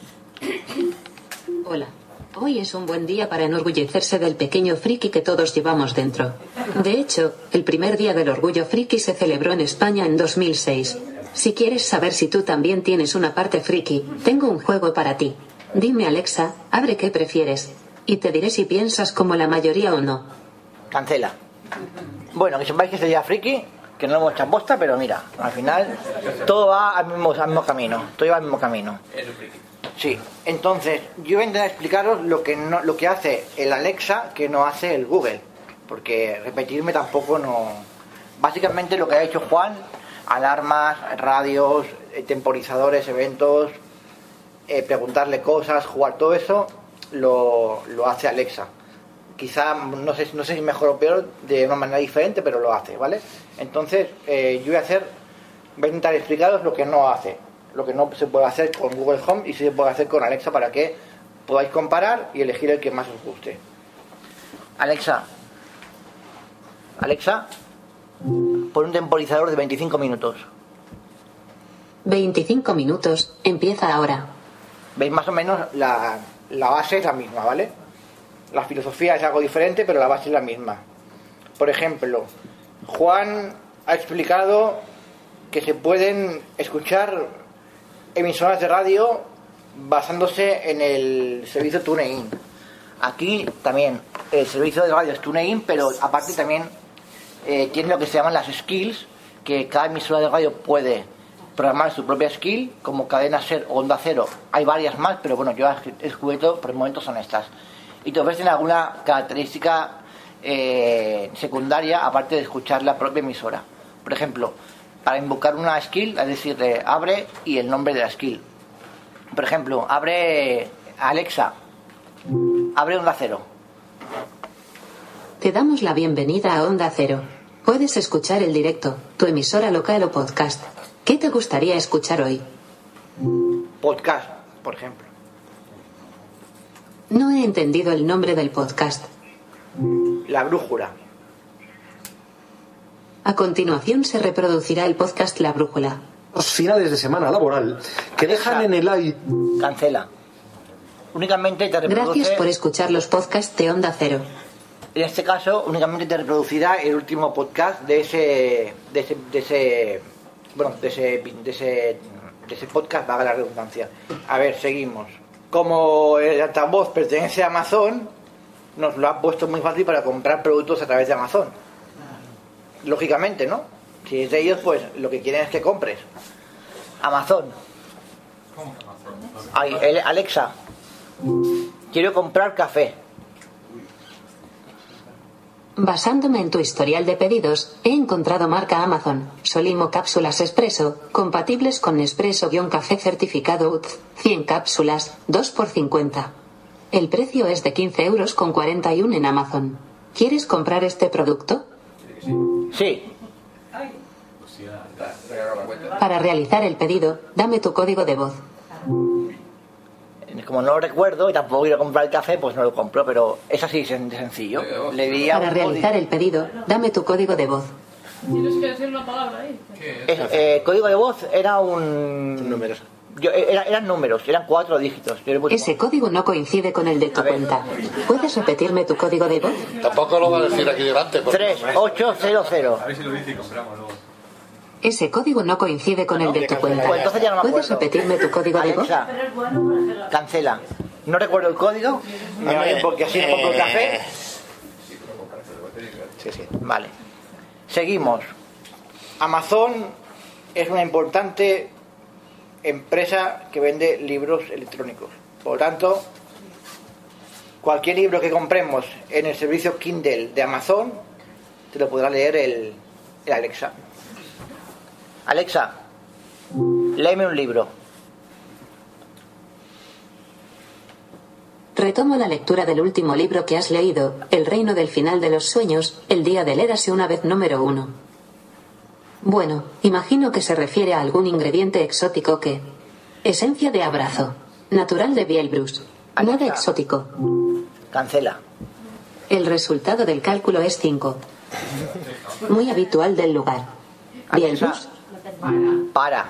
Hola. Hoy es un buen día para enorgullecerse del pequeño friki que todos llevamos dentro. De hecho, el primer día del orgullo friki se celebró en España en dos mil seis. Si quieres saber si tú también tienes una parte friki, tengo un juego para ti. Dime, Alexa, abre qué prefieres. Y te diré si piensas como la mayoría o no. Cancela. Bueno, que sepáis que este día friki, que no lo hemos hecho aposta, pero mira, al final todo va al mismo, al mismo camino. Todo va al mismo camino. Sí, entonces yo voy a intentar explicaros lo que no, lo que hace el Alexa que no hace el Google, porque repetirme tampoco no. Básicamente lo que ha hecho Juan, alarmas, radios, temporizadores, eventos, eh, preguntarle cosas, jugar, todo eso lo, lo hace Alexa. Quizá no sé, no sé si mejor o peor, de una manera diferente, pero lo hace, ¿vale? Entonces eh, yo voy a hacer, voy a intentar explicaros lo que no hace. Lo que no se puede hacer con Google Home y sí se puede hacer con Alexa, para que podáis comparar y elegir el que más os guste. Alexa, Alexa, pon un temporizador de veinticinco minutos. veinticinco minutos, empieza ahora. Veis más o menos la, la base es la misma, ¿vale? La filosofía es algo diferente, pero la base es la misma. Por ejemplo, Juan ha explicado que se pueden escuchar emisoras de radio basándose en el servicio TuneIn. Aquí también el servicio de radio es TuneIn, pero aparte también eh, tiene lo que se llaman las skills, que cada emisora de radio puede programar su propia skill, como Cadena Ser o Onda Cero. Hay varias más, pero bueno, yo he descubierto por el momento son estas. Y te ofrecen alguna característica eh, secundaria aparte de escuchar la propia emisora. Por ejemplo, para invocar una skill, es decir, de abre y el nombre de la skill. Por ejemplo, abre Alexa, abre Onda Cero. Te damos la bienvenida a Onda Cero. Puedes escuchar el directo, tu emisora local o podcast. ¿Qué te gustaría escuchar hoy? Podcast, por ejemplo. No he entendido el nombre del podcast. La Brújula. A continuación se reproducirá el podcast La Brújula. Los finales de semana laboral que dejan en el aire. Cancela. Únicamente te reproduce... Gracias por escuchar los podcasts de Onda Cero. En este caso, únicamente te reproducirá el último podcast de ese... De ese, de ese bueno, de ese, de ese, de ese podcast, valga la redundancia. A ver, seguimos. Como el altavoz pertenece a Amazon, nos lo ha puesto muy fácil para comprar productos a través de Amazon. Lógicamente, ¿no? Si es de ellos, pues lo que quieren es que compres. Amazon. Ay, Alexa, quiero comprar café. Basándome en tu historial de pedidos, he encontrado marca Amazon, Solimo cápsulas Espresso, compatibles con Nespresso-café certificado U T Z, cien cápsulas, dos por cincuenta. El precio es de quince euros con cuarenta y uno en Amazon. ¿Quieres comprar este producto? Sí. Para realizar el pedido, dame tu código de voz. Como no lo recuerdo y tampoco quiero comprar el café, pues no lo compro, pero es así de sencillo. Le di Para realizar el pedido, dame tu código de voz. Tienes que decir una palabra ahí. El eh, código de voz era un... Números. Yo, era, eran números, eran cuatro dígitos. Yo le puse... Ese código no coincide con el de tu cuenta. ¿Puedes repetirme tu código de voz? Tampoco lo va a decir aquí delante. tres ocho cero cero. A ver si lo dice y compramos luego. Ese código no coincide con el de tu cuenta. Pues entonces ya no me ¿Puedes acuerdo. repetirme tu código de voz? Alexa, cancela. No recuerdo el código, me va bien porque así no compro el café. Sí, sí. Vale. Seguimos. Amazon es una importante empresa que vende libros electrónicos. Por lo tanto, cualquier libro que compremos en el servicio Kindle de Amazon te lo podrá leer el, el Alexa. Alexa, léeme un libro. Retomo la lectura del último libro que has leído, El reino del final de los sueños, El día del érase una vez número uno. Bueno, imagino que se refiere a algún ingrediente exótico que... Esencia de abrazo. Natural de Bielbrus. Nada exótico. Cancela. El resultado del cálculo es cinco. Muy habitual del lugar. Bielbrus. Para.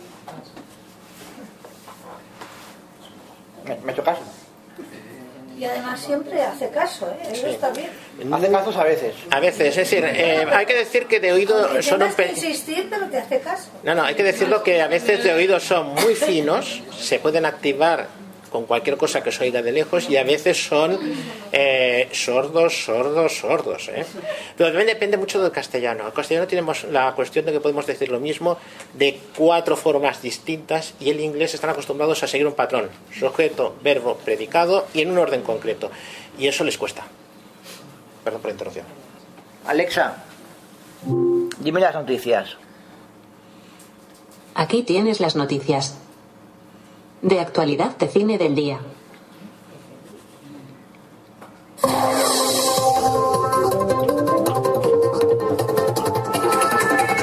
¿Me, me hecho caso? Y además siempre hace caso, ¿eh? Eso Sí. está bien. Hace casos a veces. A veces, es decir, eh, hay que decir que de oído Aunque son un tengas que pe... insistir, pero te hace caso. No, no, hay que decirlo que a veces de oído son muy finos, se pueden activar con cualquier cosa que se oiga de lejos y a veces son eh, sordos, sordos, sordos. ¿eh? Pero también depende mucho del castellano. En castellano tenemos la cuestión de que podemos decir lo mismo de cuatro formas distintas y el inglés están acostumbrados a seguir un patrón, sujeto, verbo, predicado y en un orden concreto. Y eso les cuesta. Perdón por la interrupción. Alexa, dime las noticias. Aquí tienes las noticias. De actualidad de cine del día.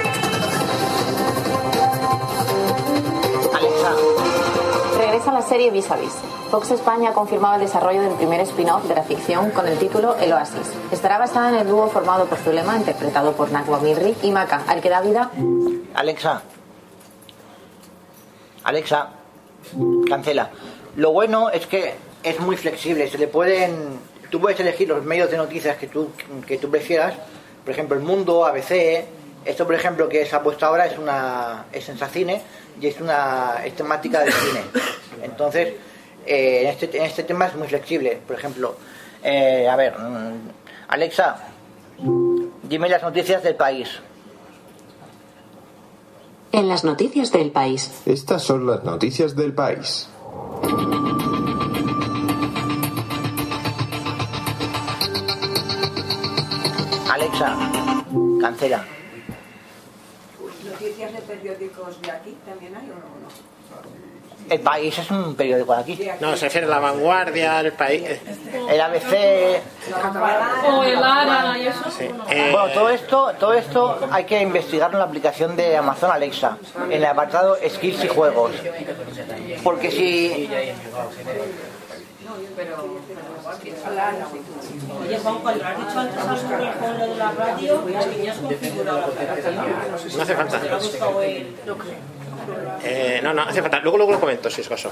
Alexa, Regresa la serie vis a vis. Fox España ha confirmado el desarrollo del primer spin-off de la ficción con el título El Oasis. Estará basada en el dúo formado por Zulema, interpretado por Nakwa Mirri, y Maka, al que da vida... Alexa. Alexa. Cancela. Lo bueno es que es muy flexible. Se le pueden... Tú puedes elegir los medios de noticias que tú, que tú prefieras. Por ejemplo, El Mundo, A B C... Esto, por ejemplo, que se ha puesto ahora es una es en Sacine y es una es temática de cine. Entonces, eh, en, este, en este tema es muy flexible. Por ejemplo, eh, a ver, Alexa, dime las noticias del país. En las noticias del país. Estas son las noticias del país. Alexa, cancela. ¿Noticias de periódicos de aquí también hay o no? El País es un periódico de aquí. No, se refiere a La Vanguardia, El País... El A B C... O el Ara y eso. Sí. Eh... Bueno, todo esto, todo esto hay que investigarlo en la aplicación de Amazon Alexa, en el apartado Skills y Juegos. Porque si... Oye, Juan, cuando has dicho antes a Google con lo de la radio, ¿ya has configurado la aplicación? No hace falta. Eh, no, no, hace falta. Luego, luego lo comento, si es caso.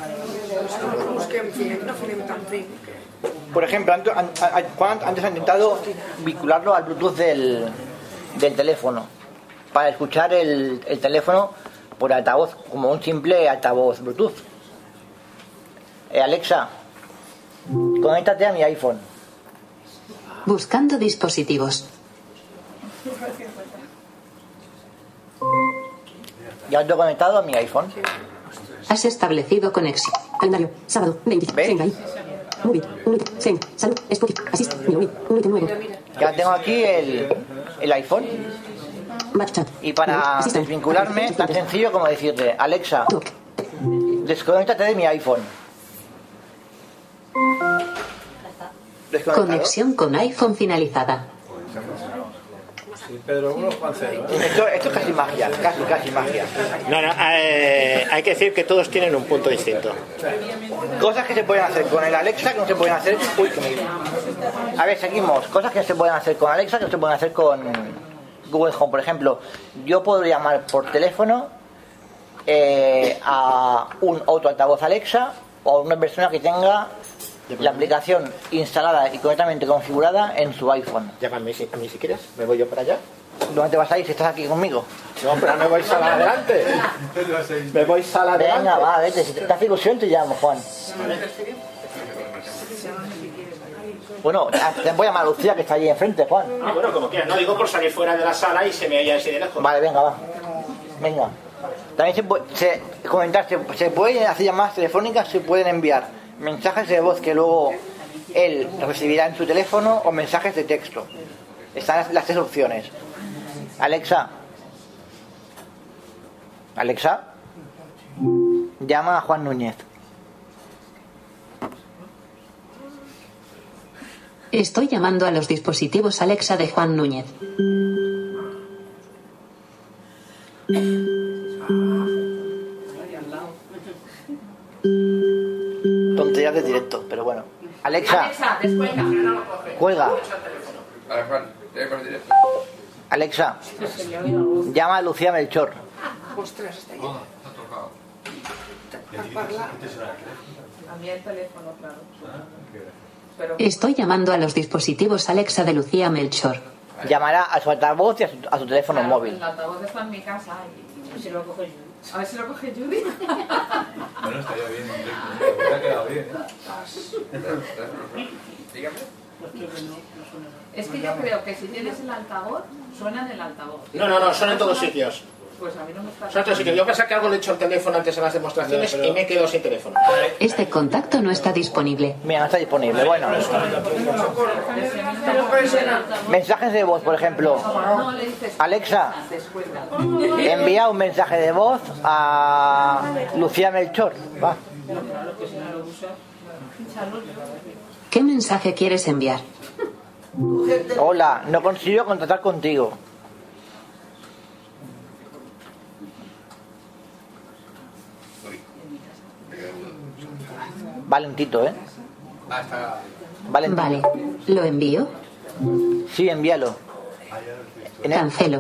Por ejemplo, antes, antes ha intentado vincularlo al Bluetooth del, del teléfono para escuchar el, el teléfono por altavoz, como un simple altavoz Bluetooth. Eh, Alexa, conéctate a mi iPhone. Buscando dispositivos. Ya estoy conectado a mi iPhone. Has establecido conexión. Calendario. Sábado. veinte. treinta. Móvil. Único. Zen. Salud. Spotify. Asist. Mi móvil. Único nuevo. Ya tengo aquí el, el iPhone. Backchat. Y para desvincularme, tan sencillo como decirle: Alexa, desconéctate de mi iPhone. Conexión con iPhone finalizada. Sí, Pedro, uno, Juan cero. Esto, esto es casi magia, casi, casi magia. No, no, eh, hay que decir que todos tienen un punto distinto. Cosas que se pueden hacer con el Alexa que no se pueden hacer. Uy, que me... A ver, seguimos. Cosas que se pueden hacer con Alexa que no se pueden hacer con Google Home. Por ejemplo, yo puedo llamar por teléfono eh, a un otro altavoz Alexa o a una persona que tenga la aplicación instalada y correctamente configurada en su iPhone. Llámame a mí si quieres, me voy yo para allá. ¿Dónde te vas a ir si estás aquí conmigo? No, pero me voy sala adelante. Me voy sala adelante. Venga, va, vete. Si te hace ilusión te llamo, Juan. Bueno, te voy a llamar a Lucía que está allí enfrente, Juan. Ah, bueno, como quieras. No digo por salir fuera de la sala y se me haya así de lejos. Vale, venga, va. Venga. También se puede se, comentar, se, se pueden hacer llamadas telefónicas, se pueden enviar mensajes de voz que luego él recibirá en su teléfono o mensajes de texto. Están las, las tres opciones. Alexa. Alexa. Llama a Juan Núñez. Estoy llamando a los dispositivos Alexa de Juan Núñez. Tonterías de directo, pero bueno. Alexa. Alexa, descuelga. Cuelga. Vale, Juan, te voy directo. Alexa. Llama a Lucía Melchor. Ostras, está ahí. Oh, está tocado. A mí el teléfono, claro. Pero... Estoy llamando a los dispositivos Alexa de Lucía Melchor. Llamará a su altavoz y a su, a su teléfono claro, móvil. El altavoz está en mi casa y si lo coge Judy. A ver si lo coge Judy. Bueno, estaría bien. Me ha quedado bien. Dígame. Es que yo creo que si tienes el altavoz, suena en el altavoz. No, no, no, son en todos sitios. Pues a mí no me está... Son en todos sitios. Yo pensaba que algo le he hecho al teléfono antes en las demostraciones no, pero... y me he quedado sin teléfono. Este contacto no está disponible. Mira, no está disponible. Bueno. Mensajes de voz, por ejemplo. Alexa, envía un mensaje de voz a Lucía Melchor. Va. ¿Qué mensaje quieres enviar? Hola, no consigo contactar contigo. Valentito, ¿eh? Ah, está. Valentito. Vale. ¿Lo envío? Sí, envíalo. En el- Cancelo.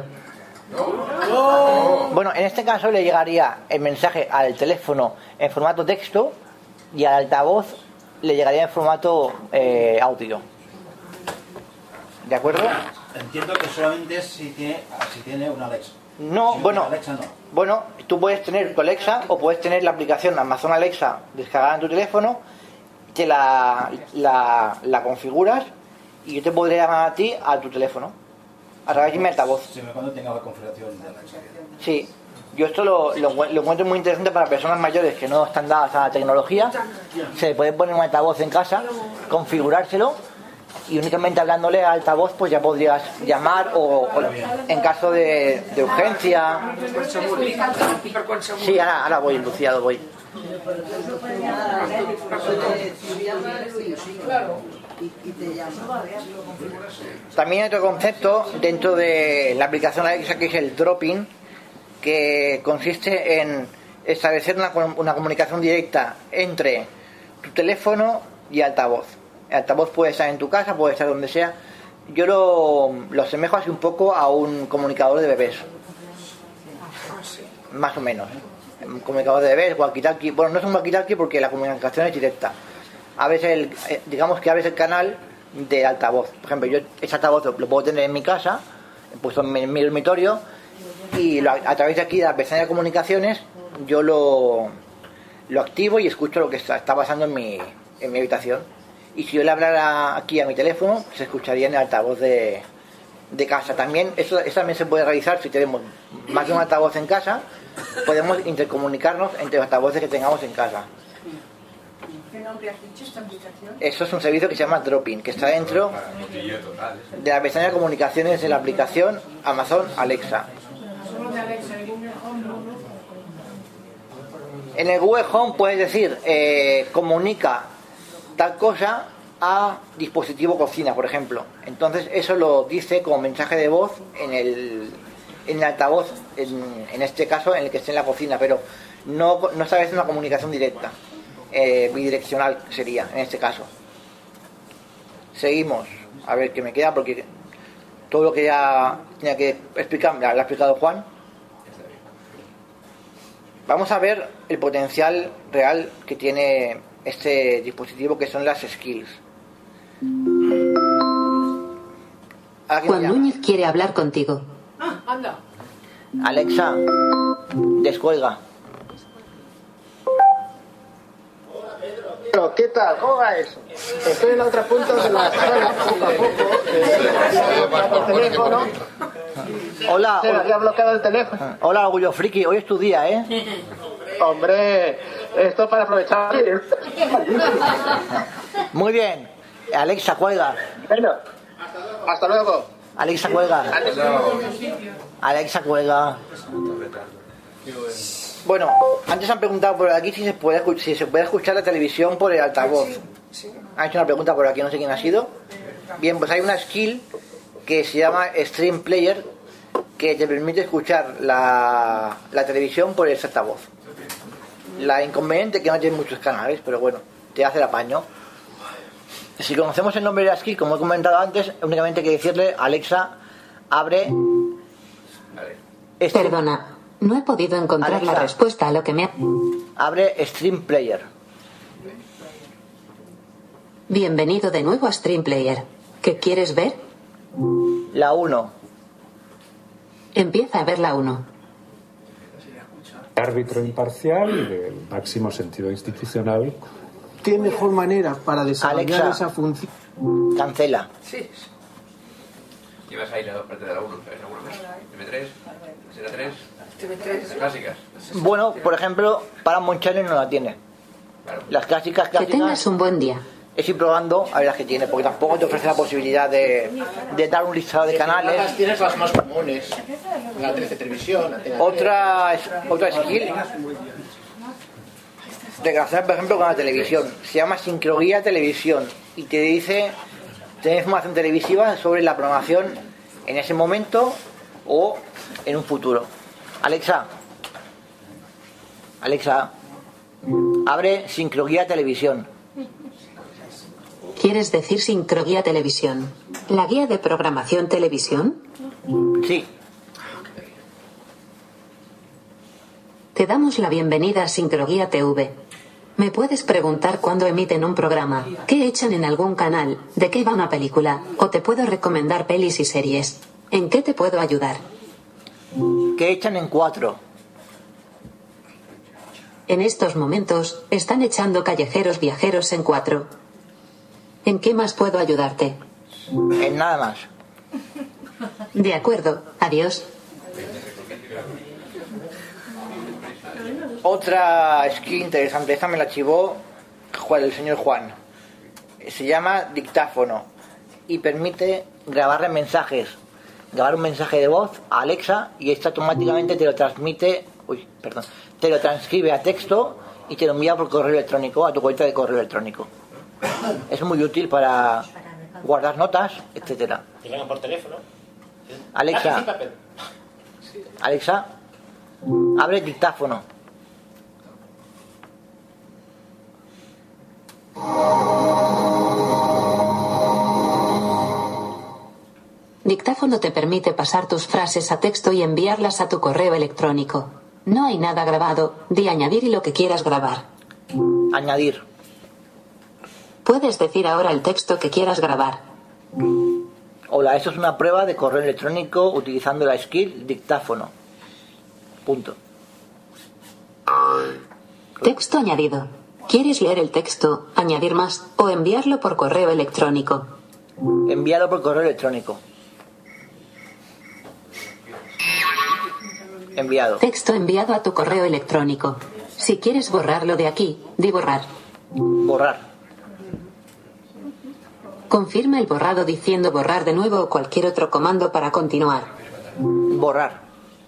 Bueno, en este caso le llegaría el mensaje al teléfono en formato texto y al altavoz le llegaría en formato eh, audio. ¿De acuerdo? Entiendo que solamente es si tiene, si tiene una Alexa. No, Si no bueno, tiene Alexa, no. bueno, tú puedes tener tu Alexa o puedes tener la aplicación Amazon Alexa descargada en tu teléfono, te la, la, la configuras y yo te podré llamar a ti a tu teléfono a través de mi altavoz. Siempre y cuando tenga la configuración de Alexa. Sí, yo esto lo, lo, lo encuentro muy interesante para personas mayores que no están dadas a la tecnología. Se puede poner un altavoz en casa, configurárselo y únicamente hablándole al altavoz pues ya podrías llamar o, o en caso de, de urgencia. Sí, ahora, ahora voy, Lucía, voy. También hay otro concepto dentro de la aplicación Alexa que es el dropping, que consiste en establecer una, una comunicación directa entre tu teléfono y altavoz. El altavoz puede estar en tu casa, puede estar donde sea. Yo lo, lo asemejo así un poco a un comunicador de bebés. Más o menos. Un comunicador de bebés, walkie-talkie. Bueno, no es un walkie-talkie porque la comunicación es directa. A veces, el, digamos que abres el canal de altavoz. Por ejemplo, yo ese altavoz lo, lo puedo tener en mi casa, puesto en mi, en mi dormitorio, y lo, a través de aquí, de la pestaña de comunicaciones, yo lo, lo activo y escucho lo que está, está pasando en mi, en mi habitación. Y si yo le hablara aquí a mi teléfono, se escucharía en el altavoz de, de casa. También eso, eso también se puede realizar si tenemos más de un altavoz en casa. Podemos intercomunicarnos entre los altavoces que tengamos en casa. ¿Qué nombre has dicho esta aplicación? Eso es un servicio que se llama Dropping, que está dentro de la pestaña de comunicaciones de la aplicación Amazon Alexa. Solo de Alexa y Google Home, no, no. En el Google Home puedes decir, eh, comunica tal cosa a dispositivo cocina, por ejemplo. Entonces eso lo dice como mensaje de voz en el, en el altavoz, en, en este caso en el que esté en la cocina, pero no, no establece una comunicación directa. Eh, bidireccional sería en este caso. Seguimos a ver qué me queda, porque todo lo que ya tenía que explicar me lo ha explicado Juan. Vamos a ver el potencial real que tiene este dispositivo, que son las skills. Juan Núñez quiere hablar contigo. Ah, anda. Alexa, descuelga. ¿Qué tal? ¿Cómo va eso? Estoy en la otra punta de la sala, poco a poco. Eh, el teléfono. Hola. Se me había bloqueado el teléfono. Hola, Orgullo Friki. Hoy es tu día, ¿eh? Hombre, esto es para aprovechar. Muy bien. Alexa, cuelga. Bueno, hasta luego. Alexa, cuelga. Alexa, cuelga. Bueno, antes han preguntado por aquí si se puede si se puede escuchar la televisión por el altavoz. Han hecho una pregunta por aquí, no sé quién ha sido. Bien, pues hay una skill que se llama Stream Player, que te permite escuchar la, la televisión por el altavoz. La inconveniente es que no tiene muchos canales, pero bueno, te hace el apaño. Si conocemos el nombre de la skill, como he comentado antes, únicamente hay que decirle: Alexa, abre. Este... Perdona. No he podido encontrar Alexa, la respuesta a lo que me ha... Abre Stream Player. Bienvenido de nuevo a Stream Player. ¿Qué quieres ver? La uno. Empieza a ver la uno. Árbitro imparcial y del máximo sentido institucional. ¿Qué mejor manera para desarrollar Alexa, esa función? Cancela. Sí. Llevas ahí la parte de la uno, ¿sabes? ¿Alguna más? eme tres, será tres. Las clásicas. Bueno, por ejemplo, Paramount Channel no la tiene. Las clásicas, clásicas. Que tengas un buen día. Es ir probando a ver las que tiene, porque tampoco te ofrece la posibilidad de, de dar un listado de canales. Las tienes las más comunes. La trece Televisión. La otra, otra skill relacionada, por ejemplo, con la televisión. Se llama Sincroguía Televisión y te dice, tener información televisiva sobre la programación en ese momento o en un futuro. Alexa, Alexa, abre Sincroguía Televisión. quieres decir Sincroguía Televisión. ¿La guía de programación televisión? Sí. Te damos la bienvenida a Sincroguía T V. ¿Me puedes preguntar cuándo emiten un programa? ¿Qué echan en algún canal? ¿De qué va una película? ¿O te puedo recomendar pelis y series? ¿En qué te puedo ayudar? ¿Qué echan en cuatro? En estos momentos, están echando Callejeros Viajeros en cuatro. ¿En qué más puedo ayudarte? En nada más. De acuerdo, adiós. Otra skin interesante, esta me la archivó Juan, el señor Juan. Se llama dictáfono y permite grabarle mensajes. Grabar un mensaje de voz a Alexa y esta automáticamente te lo transmite, uy, perdón, te lo transcribe a texto y te lo envía por correo electrónico a tu cuenta de correo electrónico. Es muy útil para guardar notas, etcétera. Te llaman por teléfono. Alexa, Alexa, abre dictáfono. Dictáfono te permite pasar tus frases a texto y enviarlas a tu correo electrónico. No hay nada grabado, di añadir y lo que quieras grabar. Añadir. Puedes decir ahora el texto que quieras grabar. Hola, esto es una prueba de correo electrónico utilizando la skill dictáfono. Punto. Texto añadido. ¿Quieres leer el texto, añadir más o enviarlo por correo electrónico? Envíalo por correo electrónico. Enviado. Texto enviado a tu correo electrónico. Si quieres borrarlo de aquí, di borrar. Borrar. Confirma el borrado diciendo borrar de nuevo o cualquier otro comando para continuar. Borrar.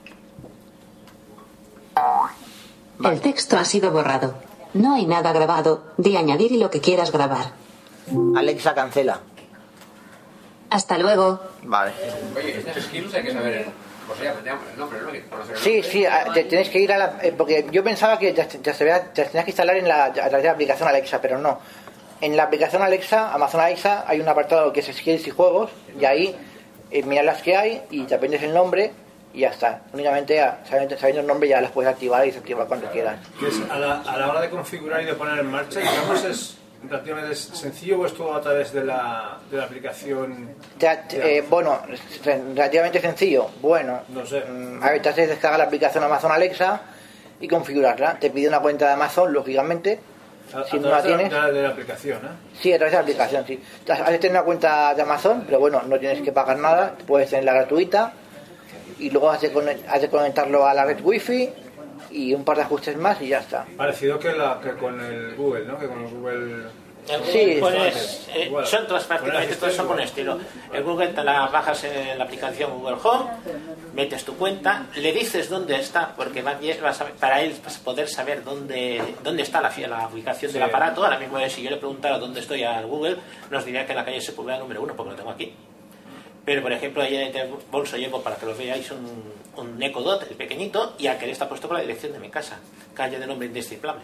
El texto ha sido borrado. No hay nada grabado. Di añadir y lo que quieras grabar. Alexa, cancela. Hasta luego. Vale. Oye, estas skills hay que saber. O sea, el nombre, ¿no? Hay que conocer el Sí, nombre. sí, a- te tienes que ir a la... eh, Porque yo pensaba que te, te, te, te tenías que instalar en la, a través de la aplicación Alexa, pero no. En la aplicación Alexa, Amazon Alexa, hay un apartado que es skills y juegos, y ahí eh, miras las que hay y te aprendes el nombre y ya está. Únicamente a- sabiendo, sabiendo el nombre ya las puedes activar y desactivar cuando quieras. Que es a, la, a la hora de configurar y de poner en marcha, digamos, es relativamente sencillo o es todo a través de la, de la aplicación. Ya, eh, bueno, es relativamente sencillo. Bueno, No sé. mm, a ver, te haces descargar la aplicación Amazon Alexa y configurarla. Te pide una cuenta de Amazon, lógicamente. A, Si a no la través de, tienes, la, de la aplicación, ¿eh? sí, a través de la aplicación, sí. Has de tener una cuenta de Amazon, pero bueno, no tienes que pagar nada, puedes tenerla gratuita y luego has de, conect- has de conectarlo a la red wifi y un par de ajustes más y ya está. Parecido que, la, que con el Google, ¿no? Que con el Google. El Sí, Google pones, eh, Igual. son todas prácticamente todas son con estilo. El Google te la bajas en la aplicación Google Home, metes tu cuenta, le dices dónde está, porque va bien, vas a- para él vas a poder saber dónde dónde está la, la ubicación del Sí. aparato. Ahora mismo, si yo le preguntara dónde estoy a Google, nos diría que en la calle Sepúlveda número uno, porque lo tengo aquí. Pero, por ejemplo, ahí en el bolso llevo, para que lo veáis, un, un Echo Dot, el pequeñito, y aquel está puesto con la dirección de mi casa, calle de nombre indescifrable.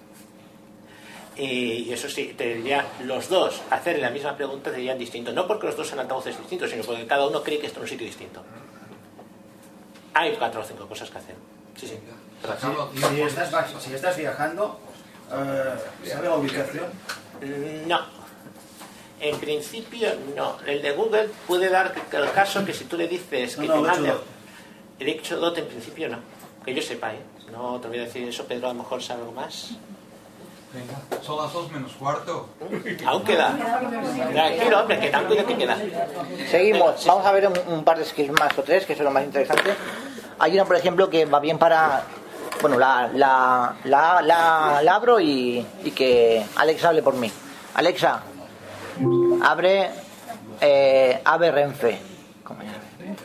Y eso sí, te diría, los dos hacer la misma pregunta te dirían distinto. No porque los dos sean altavoces distintos, sino porque cada uno cree que está en un sitio distinto. Hay cuatro o cinco cosas que hacer. Sí, sí. Si estás, va- si estás viajando, eh, ¿sabe la ubicación? No. En principio, no. El de Google puede dar el caso que si tú le dices que No, no, te el mande... Echo Dot. El Echo Dot en principio no. Que yo sepa, ¿eh? No te voy a decir eso, Pedro a lo mejor sabe algo más. Venga, son las dos menos cuarto. Aún queda. Tranquilo, hombre, que tan cuidado que queda. Seguimos, vamos a ver un, un par de skills más o tres, que son lo más interesante. Hay una, por ejemplo, que va bien para... Bueno, la, la, la, la, la abro y, y que Alexa hable por mí. Alexa, abre eh, Ave Renfe. ¿Cómo ya?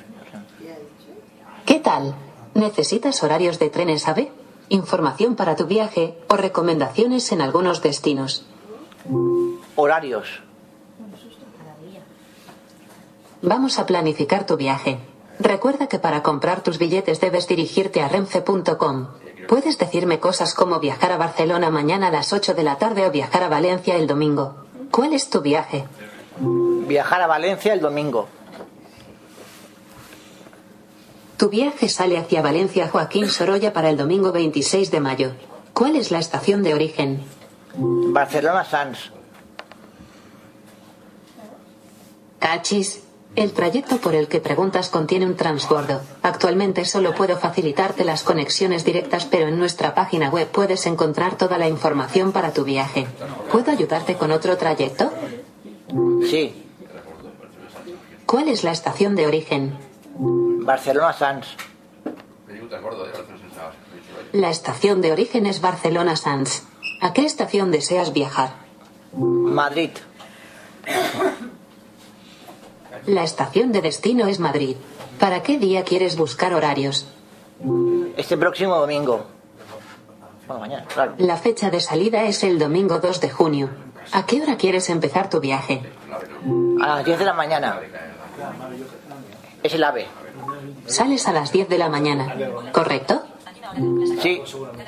¿Qué tal? ¿Necesitas horarios de trenes A V? ¿Información para tu viaje o recomendaciones en algunos destinos? Horarios. Vamos a planificar tu viaje. Recuerda que para comprar tus billetes debes dirigirte a renfe punto com. Puedes decirme cosas como viajar a Barcelona mañana a las ocho de la tarde o viajar a Valencia el domingo. ¿Cuál es tu viaje? Viajar a Valencia el domingo. Tu viaje sale hacia Valencia Joaquín Sorolla para el domingo veintiséis de mayo. ¿Cuál es la estación de origen? Barcelona Sants. Cachis. El trayecto por el que preguntas contiene un transbordo. Actualmente solo puedo facilitarte las conexiones directas, pero en nuestra página web puedes encontrar toda la información para tu viaje. ¿Puedo ayudarte con otro trayecto? Sí. ¿Cuál es la estación de origen? Barcelona Sants. La estación de origen es Barcelona Sants. ¿A qué estación deseas viajar? Madrid. La estación de destino es Madrid. ¿Para qué día quieres buscar horarios? Este próximo domingo. Bueno, mañana, claro. La fecha de salida es el domingo dos de junio. ¿A qué hora quieres empezar tu viaje? A las diez de la mañana. Es el AVE. Sales a las diez de la mañana, ¿correcto? Sí.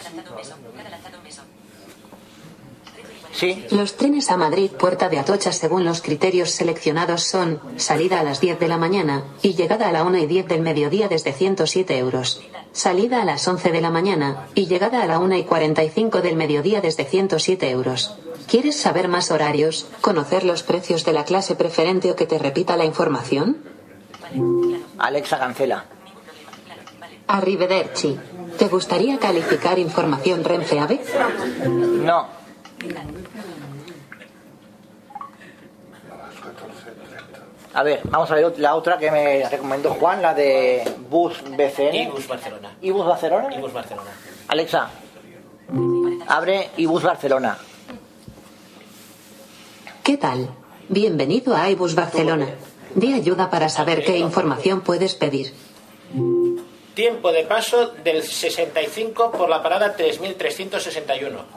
Sí. Los trenes a Madrid Puerta de Atocha según los criterios seleccionados son salida a las diez de la mañana y llegada a la una y diez del mediodía desde ciento siete euros. Salida a las once de la mañana y llegada a la una y cuarenta y cinco del mediodía desde ciento siete euros. ¿Quieres saber más horarios, conocer los precios de la clase preferente o que te repita la información? Alexa, cancela. Arrivederci. ¿Te gustaría calificar información Renfe AVE? No. A ver, vamos a ver la otra que me recomendó Juan, la de Bus B C N. Ibus Barcelona. ¿Ibus Barcelona? Ibus Barcelona. Alexa, abre Ibus Barcelona. ¿Qué tal? Bienvenido a iBus Barcelona. De ayuda para saber qué información puedes pedir. Tiempo de paso del sesenta y cinco por la parada tres mil trescientos sesenta y uno.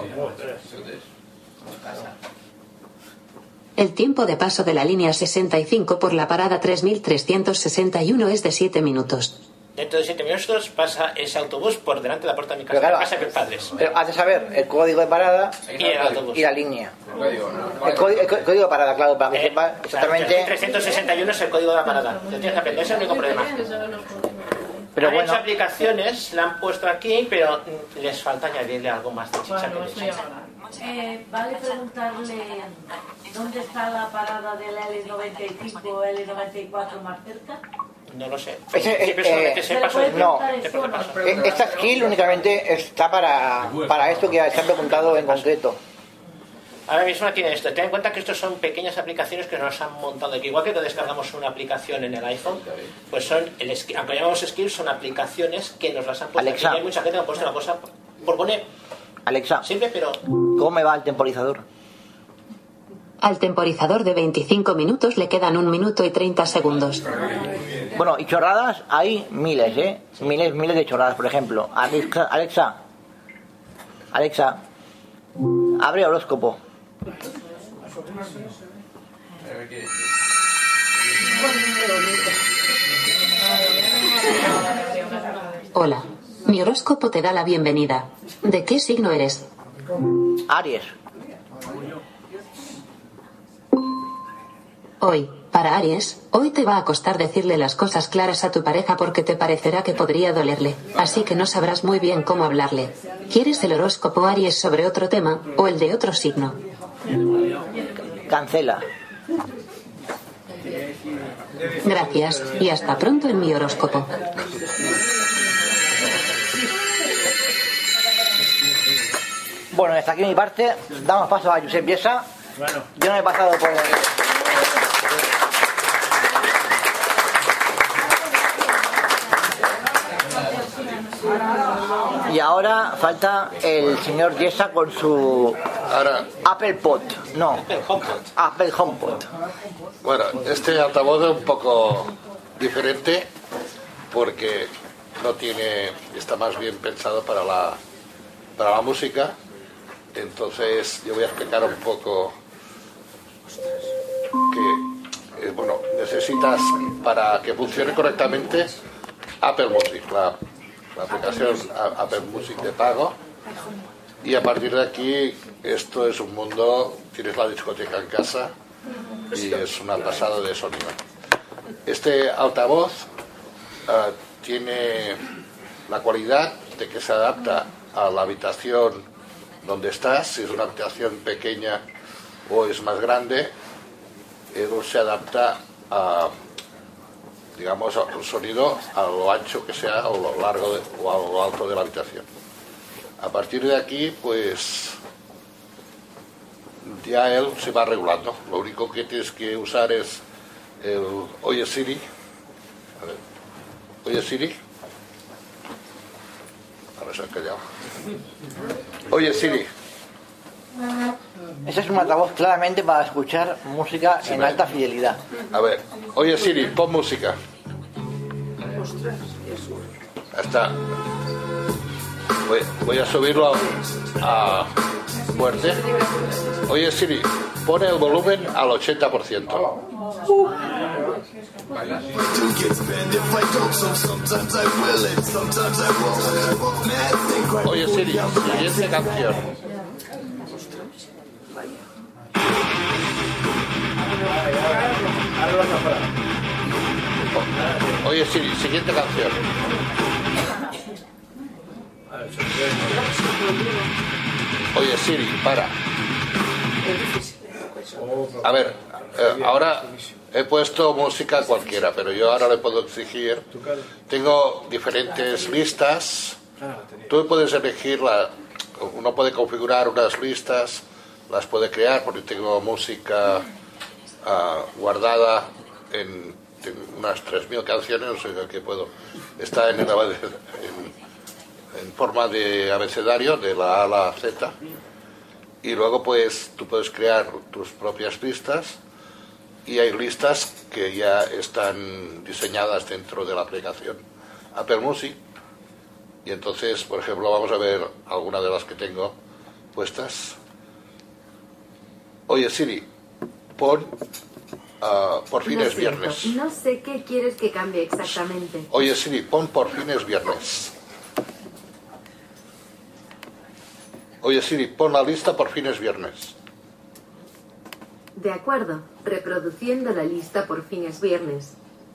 El tiempo de paso de la línea sesenta y cinco por la parada tres mil trescientos sesenta y uno es de siete minutos. Dentro de siete minutos pasa ese autobús por delante de la puerta de mi casa. Pero claro, casa de mis padres. Pero has de saber el código de parada y, el autobús. y la línea. El código, el código de parada, claro, para que eh, sepa exactamente. tres mil trescientos sesenta y uno es el código de la parada. Lo tienes que aprender, ese es el único problema. Pero han bueno. hecho aplicaciones, la han puesto aquí, pero les falta añadirle algo más de chicha. Bueno, que de chicha. Eh, vale preguntarle dónde está la parada de la L noventa y cinco o L noventa y cuatro más cerca. No lo sé. Ese, Siempre eh, solamente eh, sé paso de no, de paso. Eh, esta skill únicamente está para, para esto que se ha preguntado en concreto. Ahora mismo tiene esto. Ten en cuenta que estos son pequeñas aplicaciones que nos han montado aquí. Igual que cuando descargamos una aplicación en el iPhone, pues son, el, aunque llamamos skills, son aplicaciones que nos las han puesto Alexa. aquí. Y hay mucha gente que ha puesto una cosa por poner. Alexa, simple, pero ¿cómo me va el temporizador? Al temporizador de veinticinco minutos le quedan un minuto y treinta segundos. Bueno, y chorradas hay miles, ¿eh? Miles, miles de chorradas, por ejemplo. Alexa, Alexa, Alexa, abre horóscopo. Hola. Mi horóscopo te da la bienvenida. ¿De qué signo eres? Aries. Hoy, para Aries, hoy te va a costar decirle las cosas claras a tu pareja porque te parecerá que podría dolerle, así que no sabrás muy bien cómo hablarle. ¿Quieres el horóscopo Aries sobre otro tema o el de otro signo? Cancela. Gracias, y hasta pronto en mi horóscopo. Bueno, hasta aquí mi parte. Damos paso a Josep Biesa. Bueno. Yo no he pasado por... Y ahora falta el señor Yesa con su ahora, Apple Pod. No, Apple HomePod. Bueno, este altavoz es un poco diferente porque no tiene, está más bien pensado para la, para la música. Entonces yo voy a explicar un poco que, eh, bueno, necesitas para que funcione correctamente Apple Music, la la aplicación Apple Music de pago, y a partir de aquí esto es un mundo, tienes la discoteca en casa y es una pasada de sonido. Este altavoz uh, tiene la cualidad de que se adapta a la habitación donde estás. Si es una habitación pequeña o es más grande, él se adapta a, digamos, al sonido a lo ancho que sea o lo largo de, o a lo alto de la habitación. A partir de aquí, pues ya él se va regulando. Lo único que tienes que usar es el Oye Siri. A ver. Oye Siri. Ahora se ha callado. Oye Siri. Ese es un altavoz claramente para escuchar música Sí, en vale. alta fidelidad. A ver. Oye Siri, pon música. Ya está. Voy, voy a subirlo a, a fuerte. Oye Siri, pone el volumen al ochenta por ciento. Oye Siri, siguiente canción. Oye Siri, siguiente canción. Oye Siri, para. A ver, eh, ahora he puesto música cualquiera, pero yo ahora le puedo exigir. Tengo diferentes listas. Tú puedes elegir, la, uno puede configurar unas listas, las puede crear, porque tengo música uh, guardada en, en unas tres mil canciones, o sea que puedo. Está en, el, en, en forma de abecedario, de la A a la Z. Y luego pues tú puedes crear tus propias listas y hay listas que ya están diseñadas dentro de la aplicación Apple Music y entonces, por ejemplo, vamos a ver alguna de las que tengo puestas. Oye Siri, pon uh, por fin Lo es siento, viernes. No sé qué quieres que cambie exactamente. Oye Siri, pon por fin es viernes. Oye Siri, pon la lista por fin es viernes. De acuerdo, reproduciendo la lista por fin es viernes.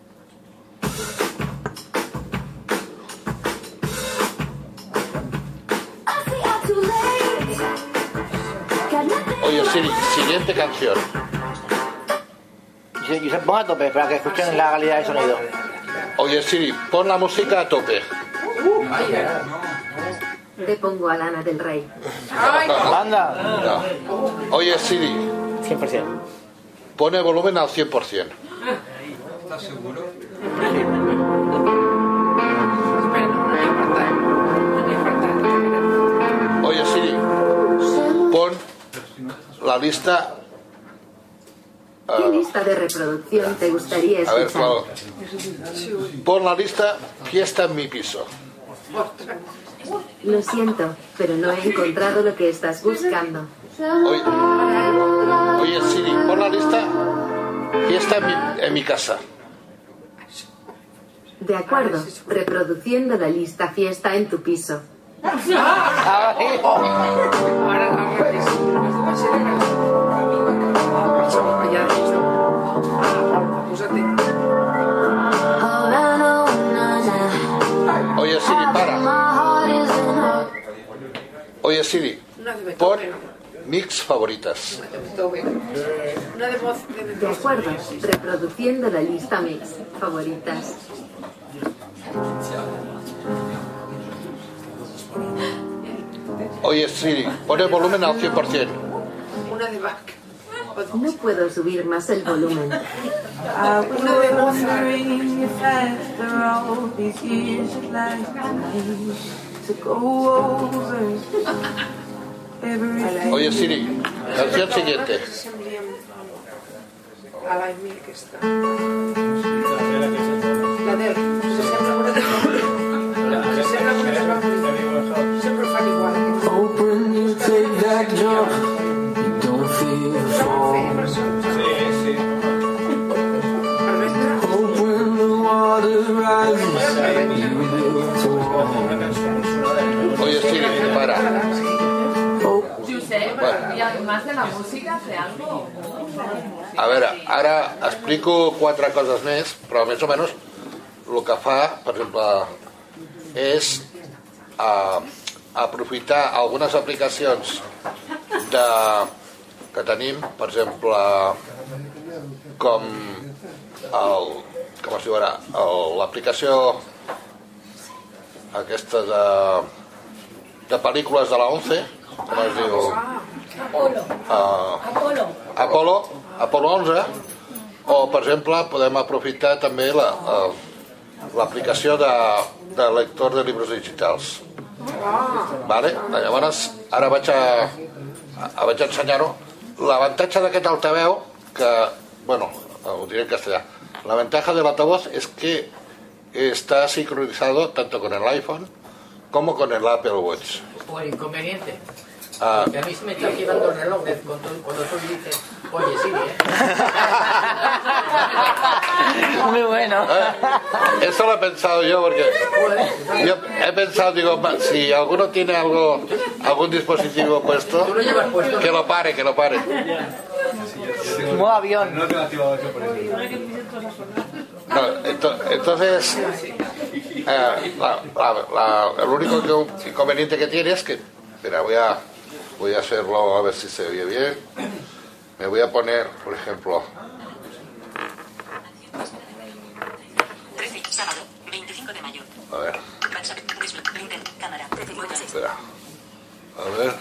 Oye Siri, siguiente canción. Y se, y se ponga a tope para que escuchen la calidad de sonido. Oye Siri, pon la música a tope. Te pongo a Lana del Rey. ¡Anda! No. Oye Siri, cien por ciento. Pone el volumen al cien por ciento. ¿Estás seguro? Oye Siri, pon la lista. ¿Qué uh, lista de reproducción te gustaría a ver, escuchar? claro. Pon la lista Fiesta en mi piso. Lo siento, pero no he encontrado lo que estás buscando. Oye, oye Siri, pon la lista Fiesta en mi, en mi casa. De acuerdo, reproduciendo la lista fiesta en tu piso. Oye Siri, para. Oye Siri, pon mix favoritas. De acuerdo, reproduciendo la lista mix favoritas. Oye Siri, pon el volumen al cien por ciento. Una de Bach. No puedo subir más el volumen. Una de Mozart. Oye Siri, canción siguiente. A la mil que está. La de se sembra una de sempre fan igual. Open, you take that jump. You don't feel fall. Open, the water rises. You build a wall. Oye Siri, para. Bueno. Y además de la música, hace algo. A veure, ara explico quatre coses més, però més o menys el que fa, per exemple, és uh, aprofitar algunes aplicacions de, que tenim, per exemple, com el, com es diu ara, l'aplicació aquesta de, de pel·lícules de la ONCE, com es diu? Apolo. Uh, Apolo. Apolo, Apolo onze, o per exemple podem aprofitar també la, l'aplicació de, de lector de llibres digitals. Vale? Llavors, ara vaig a, a, vaig a ensenyar-ho. L'avantatge d'aquest altaveu, que, bueno, ho diré en castellà, la ventaja del altavoz es que está sincronizado tanto con el iPhone como con el Apple Watch. O el inconveniente. Ah. Que a mí se me está activando el reloj de, cuando, cuando tú dices, oye, Siri, ¿eh? Muy bueno. Eh, eso lo he pensado yo porque yo he pensado, digo, si alguno tiene algo, algún dispositivo puesto, que lo pare, que lo pare. Modo avión. No tengo activado eso por eso. No, ento, entonces, eh, la, la, la, el único que, inconveniente que tiene es que, mira, voy a, voy a hacerlo a ver si se oye bien. Me voy a poner, por ejemplo, Sábado, veinticinco de mayo. a ver, Cámara. espera, a ver.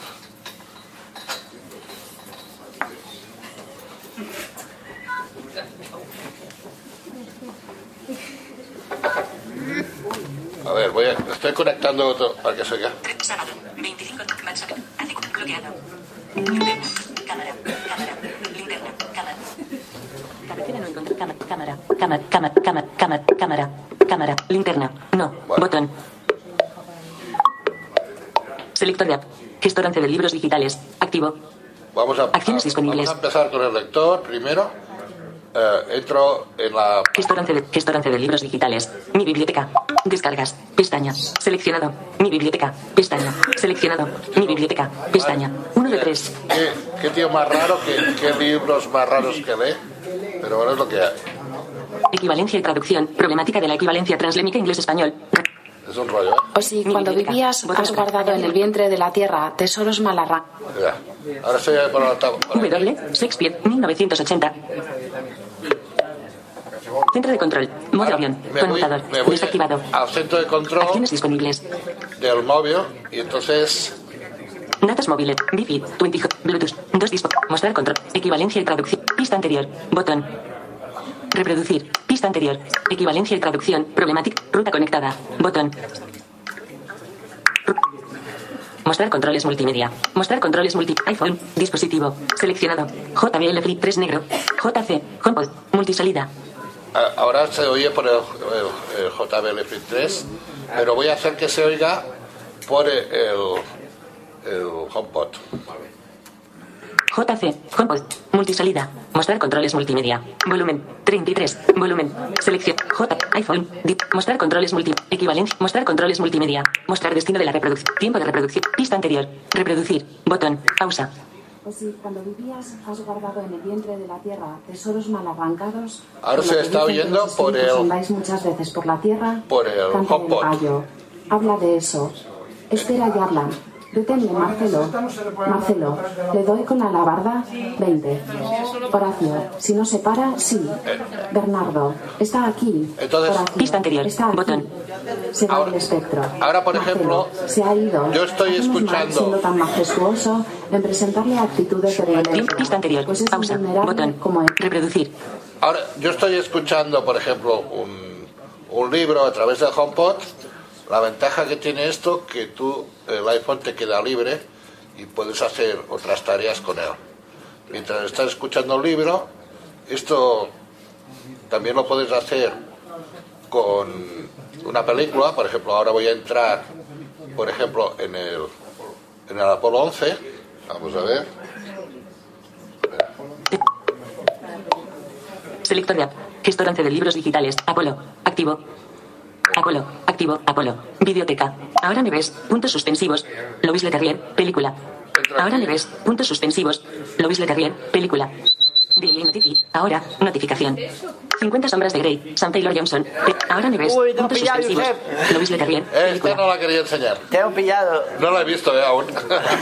A ver, voy a, estoy conectando otro para que se oiga. Sábado, veinticinco. WhatsApp. Hace bloqueado. Cámara. Cámara. Linterna. Cámara. Cabecera no encontró. Cámara. Cámara. Cámara. Cámara. Cámara. Cámara. Cámara. Cámara. Linterna. No. Bueno. Botón. Selector de app. Gestor once de libros digitales. Activo. Vamos a, Acciones a, disponibles. vamos a empezar con el lector primero. Eh, entro en la... Gestor once de, gestor once de libros digitales. Mi biblioteca. Descargas. Pestaña. Seleccionado. Mi biblioteca. Pestaña. Seleccionado. Mi biblioteca. Pestaña. Uno de tres. ¿Qué, qué tío más raro, qué, qué libros más raros que lee? Pero bueno, es lo que hay. Equivalencia y traducción. Problemática de la equivalencia translémica inglés-español. Es un rollo, ¿eh? O si cuando vivías has guardado en el vientre de la tierra tesoros mal arra. Mira, ahora estoy por la tabla. W. Shakespeare. mil novecientos ochenta. Centro de control. Modo Ahora, avión. me voy, Conmutador. me voy Desactivado. al centro de control Acciones disponibles. del móvil y entonces... Datos móviles. Wi-Fi. veinte. Bluetooth. Dos discos. Mostrar control. Equivalencia y traducción. Pista anterior. Botón. Reproducir. Pista anterior. Equivalencia y traducción. Problemática. Ruta conectada. Botón. Ru- Mostrar controles multimedia. Mostrar controles multi... iPhone. Dispositivo. Seleccionado. J B L Free tres negro. J C. HomePod. Multisalida. a- Ahora se oye por el, el, el J B L Flip tres, pero voy a hacer que se oiga por el, el, el HomePod. J C. HomePod. Multisalida. Mostrar controles multimedia. Volumen. treinta y tres. Volumen. Selección. J. iPhone. Di- Mostrar controles multi... Equivalencia. Mostrar controles multimedia. Mostrar destino de la reproducción. Tiempo de reproducción. Pista anterior. Reproducir. Botón. Pausa. O si cuando vivías has guardado en el vientre de la tierra tesoros mal arrancados. Ahora por se lo que está dicen oyendo que los por espíritus el- andáis muchas veces por la tierra. por el Canta el HomePod. gallo. Habla de eso. Espera y habla. Deténle, Marcelo. Marcelo, le doy con la alabarda. veinte. Horacio, si no se para, sí. Bernardo, está aquí. Entonces- Horacio, Pista anterior. está aquí. Botón. Se va el espectro. Ahora, por Marcelo, ejemplo, se ha ido. yo estoy Hacemos mal escuchando- siendo tan majestuoso en presentarle actitudes de violencia. Pista anterior. Pues es Pausa. invulnerable Botón. como el... Reproducir. Ahora, yo estoy escuchando, por ejemplo, un, un libro a través del HomePod. La ventaja que tiene esto, que tú, el iPhone te queda libre y puedes hacer otras tareas con él. Mientras estás escuchando el libro, esto también lo puedes hacer con una película. Por ejemplo, ahora voy a entrar, por ejemplo, en el, en el Apolo once. Vamos a ver. Selector de app. Gestor once de libros digitales. Apolo. Activo. Apolo. Activo. Apolo. Biblioteca. Ahora me ves. Puntos suspensivos. Louis Leterrier. Película. Ahora me ves. Puntos suspensivos. Louis Leterrier. Película. Daily Notifi. Ahora. Notificación. cincuenta sombras de Grey. Sam Taylor Johnson. Pe- Ahora me ves. Uy, te he Puntos pillado, suspensivos. Josep. Louis Leterrier. Esta no la quería enseñar. Te he pillado. No la he visto eh, aún.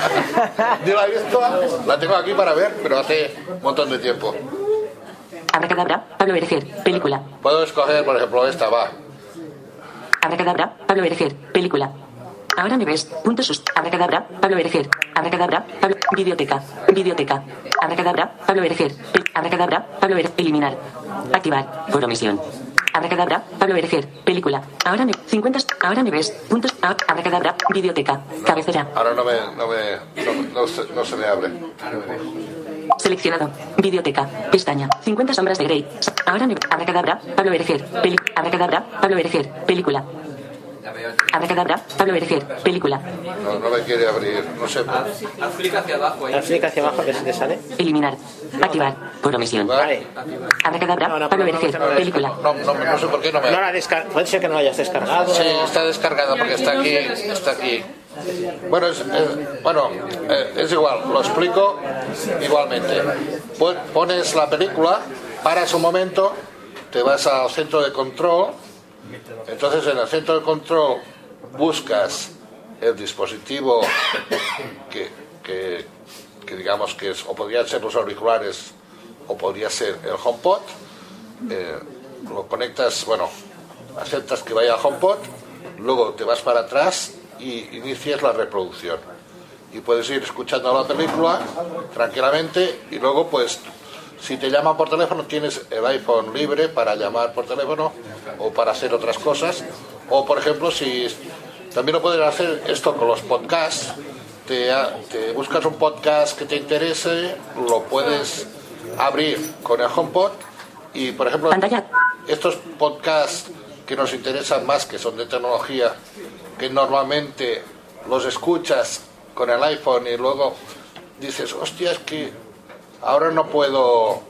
Yo la he visto, la tengo aquí para ver, pero hace un montón de tiempo. Abracadabra. Pablo Berecer. Película. Puedo escoger, por ejemplo, esta, va. Abracadabra. Pablo Berecer. Película. Ahora me ves. Puntos sus. Abracadabra. Pablo Berecer. Abracadabra. Pablo. Videoteca. Videoteca. Abracadabra. Pablo Berecer. Pe- Abracadabra. Pablo Berecer. Eliminar. Activar. Por omisión. Abracadabra. Pablo Berecer. Película. Ahora me. cincuenta. Ahora me ves. Puntos. Ah, Abracadabra. Videoteca. Cabecera. Ahora no me, no me, no, no se, no se me abre. Seleccionado. Videoteca. Pestaña. cincuenta sombras de Grey. Ahora me. Abracadabra. Pablo Berecer. Peli. Abracadabra. Pablo Berecer. Película. Abracadabra. Pablo Berecer. Película. No, no me quiere abrir, no sé. Haz clic hacia abajo ahí. Haz clic hacia abajo que se te sale. Eliminar. Activar. Por omisión. Vale. Abracadabra. Pablo Berecer. Película. No, no, no sé por qué no me No la descar- Puede ser que no la hayas descargado. Sí, está descargada porque está aquí, está aquí. Bueno, es, es- bueno, eh, es igual, lo explico igualmente. Pon- Pones la película, paras un momento, te vas al centro de control, entonces en el centro de control buscas el dispositivo que, que, que digamos que es, o podrían ser los auriculares o podría ser el HomePod, eh, lo conectas, bueno, aceptas que vaya al HomePod, luego te vas para atrás y inicias la reproducción y puedes ir escuchando la película tranquilamente y luego pues si te llaman por teléfono tienes el iPhone libre para llamar por teléfono o para hacer otras cosas, o por ejemplo si también lo puedes hacer esto con los podcasts, te, te buscas un podcast que te interese, lo puedes abrir con el HomePod y por ejemplo estos podcasts que nos interesan más, que son de tecnología, que normalmente los escuchas con el iPhone y luego dices, hostia, es que ahora no puedo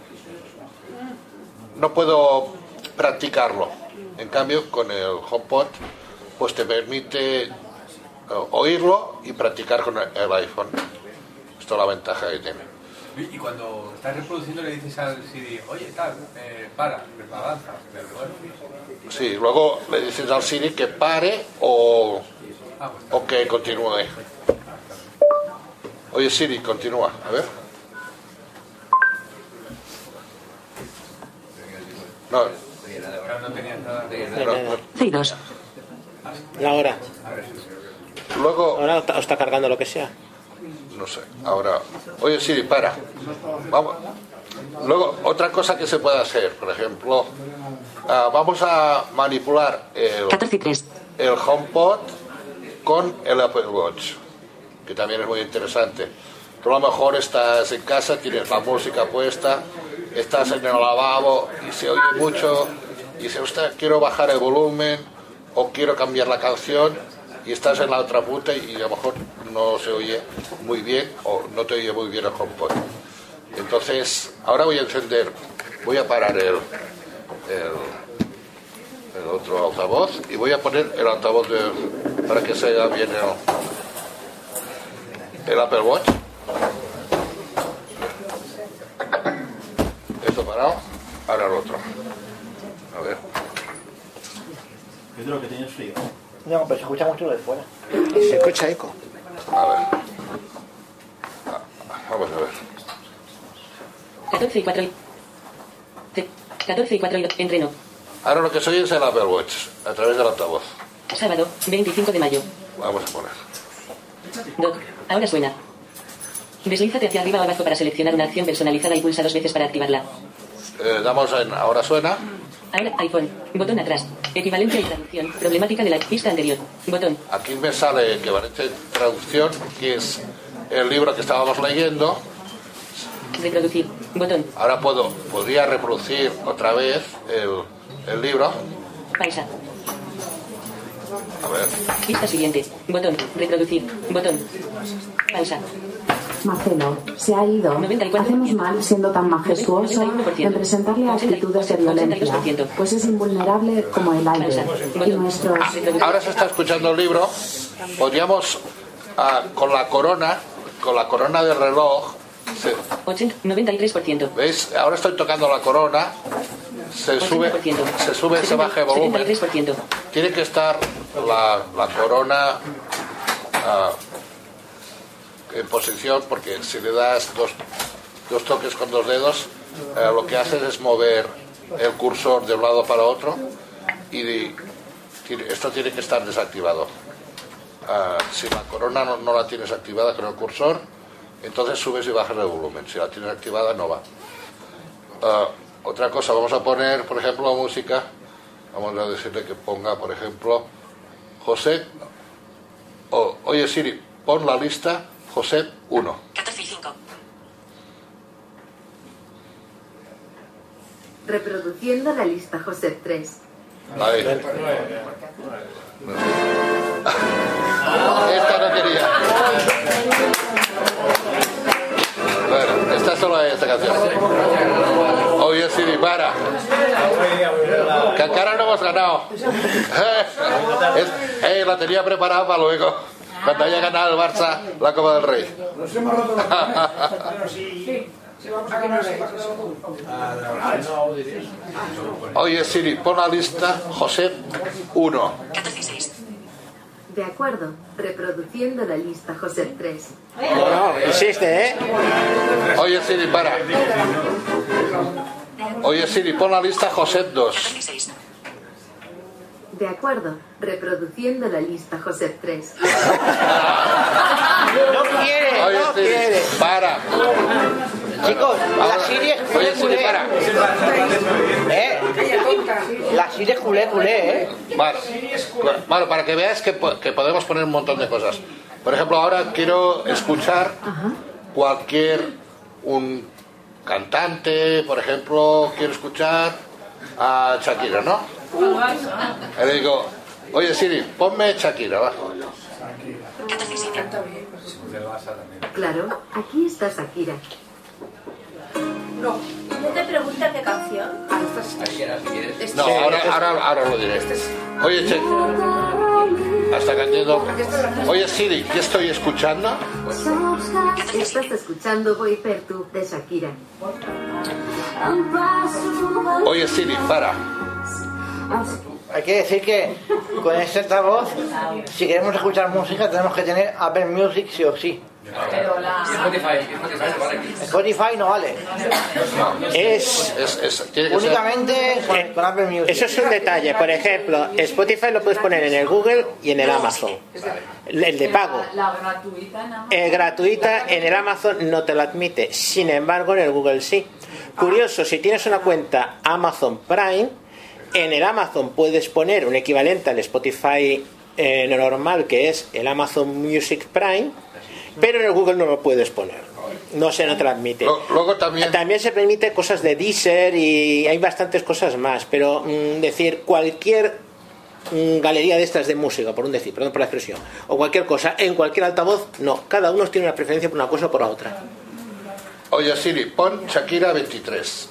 no puedo practicarlo. En cambio, con el HomePod, pues te permite eh, oírlo y practicar con el, el iPhone. Esto es la ventaja que tiene. Y cuando estás reproduciendo le dices al C D, oye, tal, eh, para, avanza, pero bueno. Sí, luego le dices al Siri que pare o, o que continúe. Oye, Siri, continúa, a ver. No, no tenía nada. C dos. La hora. Luego. Ahora os está cargando lo que sea. No sé, ahora. Oye, Siri, para. Vamos. Luego, otra cosa que se puede hacer, por ejemplo, uh, vamos a manipular el, el HomePod con el Apple Watch, que también es muy interesante. Tú a lo mejor estás en casa, tienes la música puesta, estás en el lavabo y se oye mucho, y dices, usted, quiero bajar el volumen o quiero cambiar la canción, y estás en la otra punta y a lo mejor no se oye muy bien o no te oye muy bien el HomePod. Entonces, ahora voy a encender, voy a parar el, el, el otro altavoz y voy a poner el altavoz de, para que se oiga bien el, el Apple Watch. Esto parado, ahora el otro. A ver. Yo creo que tienes frío. No, pero se escucha mucho lo de fuera. Se escucha eco. A ver. Vamos a ver. catorce y cuatro. catorce y cuatro. Entreno. Ahora lo que soy es el Apple Watch, a través del altavoz. Sábado, veinticinco de mayo. Vamos a poner. Doc. Ahora suena. Deslízate hacia arriba o abajo para seleccionar una acción personalizada y pulsa dos veces para activarla. Eh, damos en ahora suena. Ahora, iPhone. Botón atrás. Equivalencia y traducción. Problemática de la pista anterior. Botón. Aquí me sale equivalente de traducción, que es el libro que estábamos leyendo. Reproducir. Botón. Ahora puedo, podría reproducir otra vez el, el libro. Pausa. A ver. Pista siguiente. Botón. Reproducir. Botón. Pausa. Marcelo, se ha ido. Hacemos mal, siendo tan majestuoso, en presentarle actitudes de violencia, pues es invulnerable como el aire. Y nuestros... Ahora se está escuchando el libro. Podríamos, ah, con la corona, con la corona del reloj, se, noventa y tres por ciento. ¿veis? Ahora estoy tocando la corona, se sube, se sube, se baja el volumen. setenta y tres por ciento. Tiene que estar la, la corona uh, en posición, porque si le das dos, dos toques con dos dedos, uh, lo que haces es mover el cursor de un lado para otro, y de, esto tiene que estar desactivado. Uh, si la corona no, no la tienes activada con el cursor, entonces subes y bajas el volumen. Si la tienes activada, no va. Uh, otra cosa, vamos a poner, por ejemplo, música. Vamos a decirle que ponga, por ejemplo, José. Oh, oye Siri, pon la lista José uno. catorce y cinco. Reproduciendo la lista José tres. Ahí. Esta no quería. Bueno, esta solo es esta canción. Oye Siri, para. Que encara no hemos ganado. Eh, eh, la tenía preparada para luego, cuando haya ganado el Barça la Copa del Rey. Nos hemos roto los cojones. Sí. Oye Siri, pon la lista José uno. De acuerdo, reproduciendo la lista José tres. No, insiste, ¿eh? Oye Siri, para. Oye Siri, pon la lista José dos. De acuerdo, reproduciendo la lista José tres. No quiere, Oye, no Siri, quiere. para. Chicos, la Ahora, Siri es oye culé Siri, culé. para. ¿Eh? La Siri es culé culé, ¿eh? Vale. Bueno, para que veas que, po- que podemos poner un montón de cosas. Por ejemplo, ahora quiero escuchar cualquier un cantante, por ejemplo, quiero escuchar a Shakira, ¿no? Y le digo, oye Siri, ponme Shakira, va. Claro, aquí está Shakira. No, no te pregunta qué canción. No, ahora, ahora, ahora lo diré. Oye, Che, hasta que entiendo. Oye Siri, ¿qué estoy escuchando? Estás escuchando Voy per tu de Shakira. Oye Siri, para. Hay que decir que con este altavoz, si queremos escuchar música, tenemos que tener Apple Music sí o sí. Pero la... Spotify, Spotify no vale. Spotify no vale. Es, es, es tiene que únicamente con, con Apple Music. Eso es un detalle. Por ejemplo, Spotify lo puedes poner en el Google y en el Amazon. El de pago. La gratuita nada más. El gratuita en el Amazon no te lo admite. Sin embargo, en el Google sí. Curioso, si tienes una cuenta Amazon Prime, en el Amazon puedes poner un equivalente al Spotify eh, normal, que es el Amazon Music Prime, pero en el Google no lo puedes poner. No se no te lo admite. Luego también... también se permite cosas de Deezer y hay bastantes cosas más, pero mm, decir cualquier mm, galería de estas de música, por un decir, perdón por la expresión, o cualquier cosa, en cualquier altavoz, no. Cada uno tiene una preferencia por una cosa o por la otra. Oye Siri, pon Shakira veintitrés.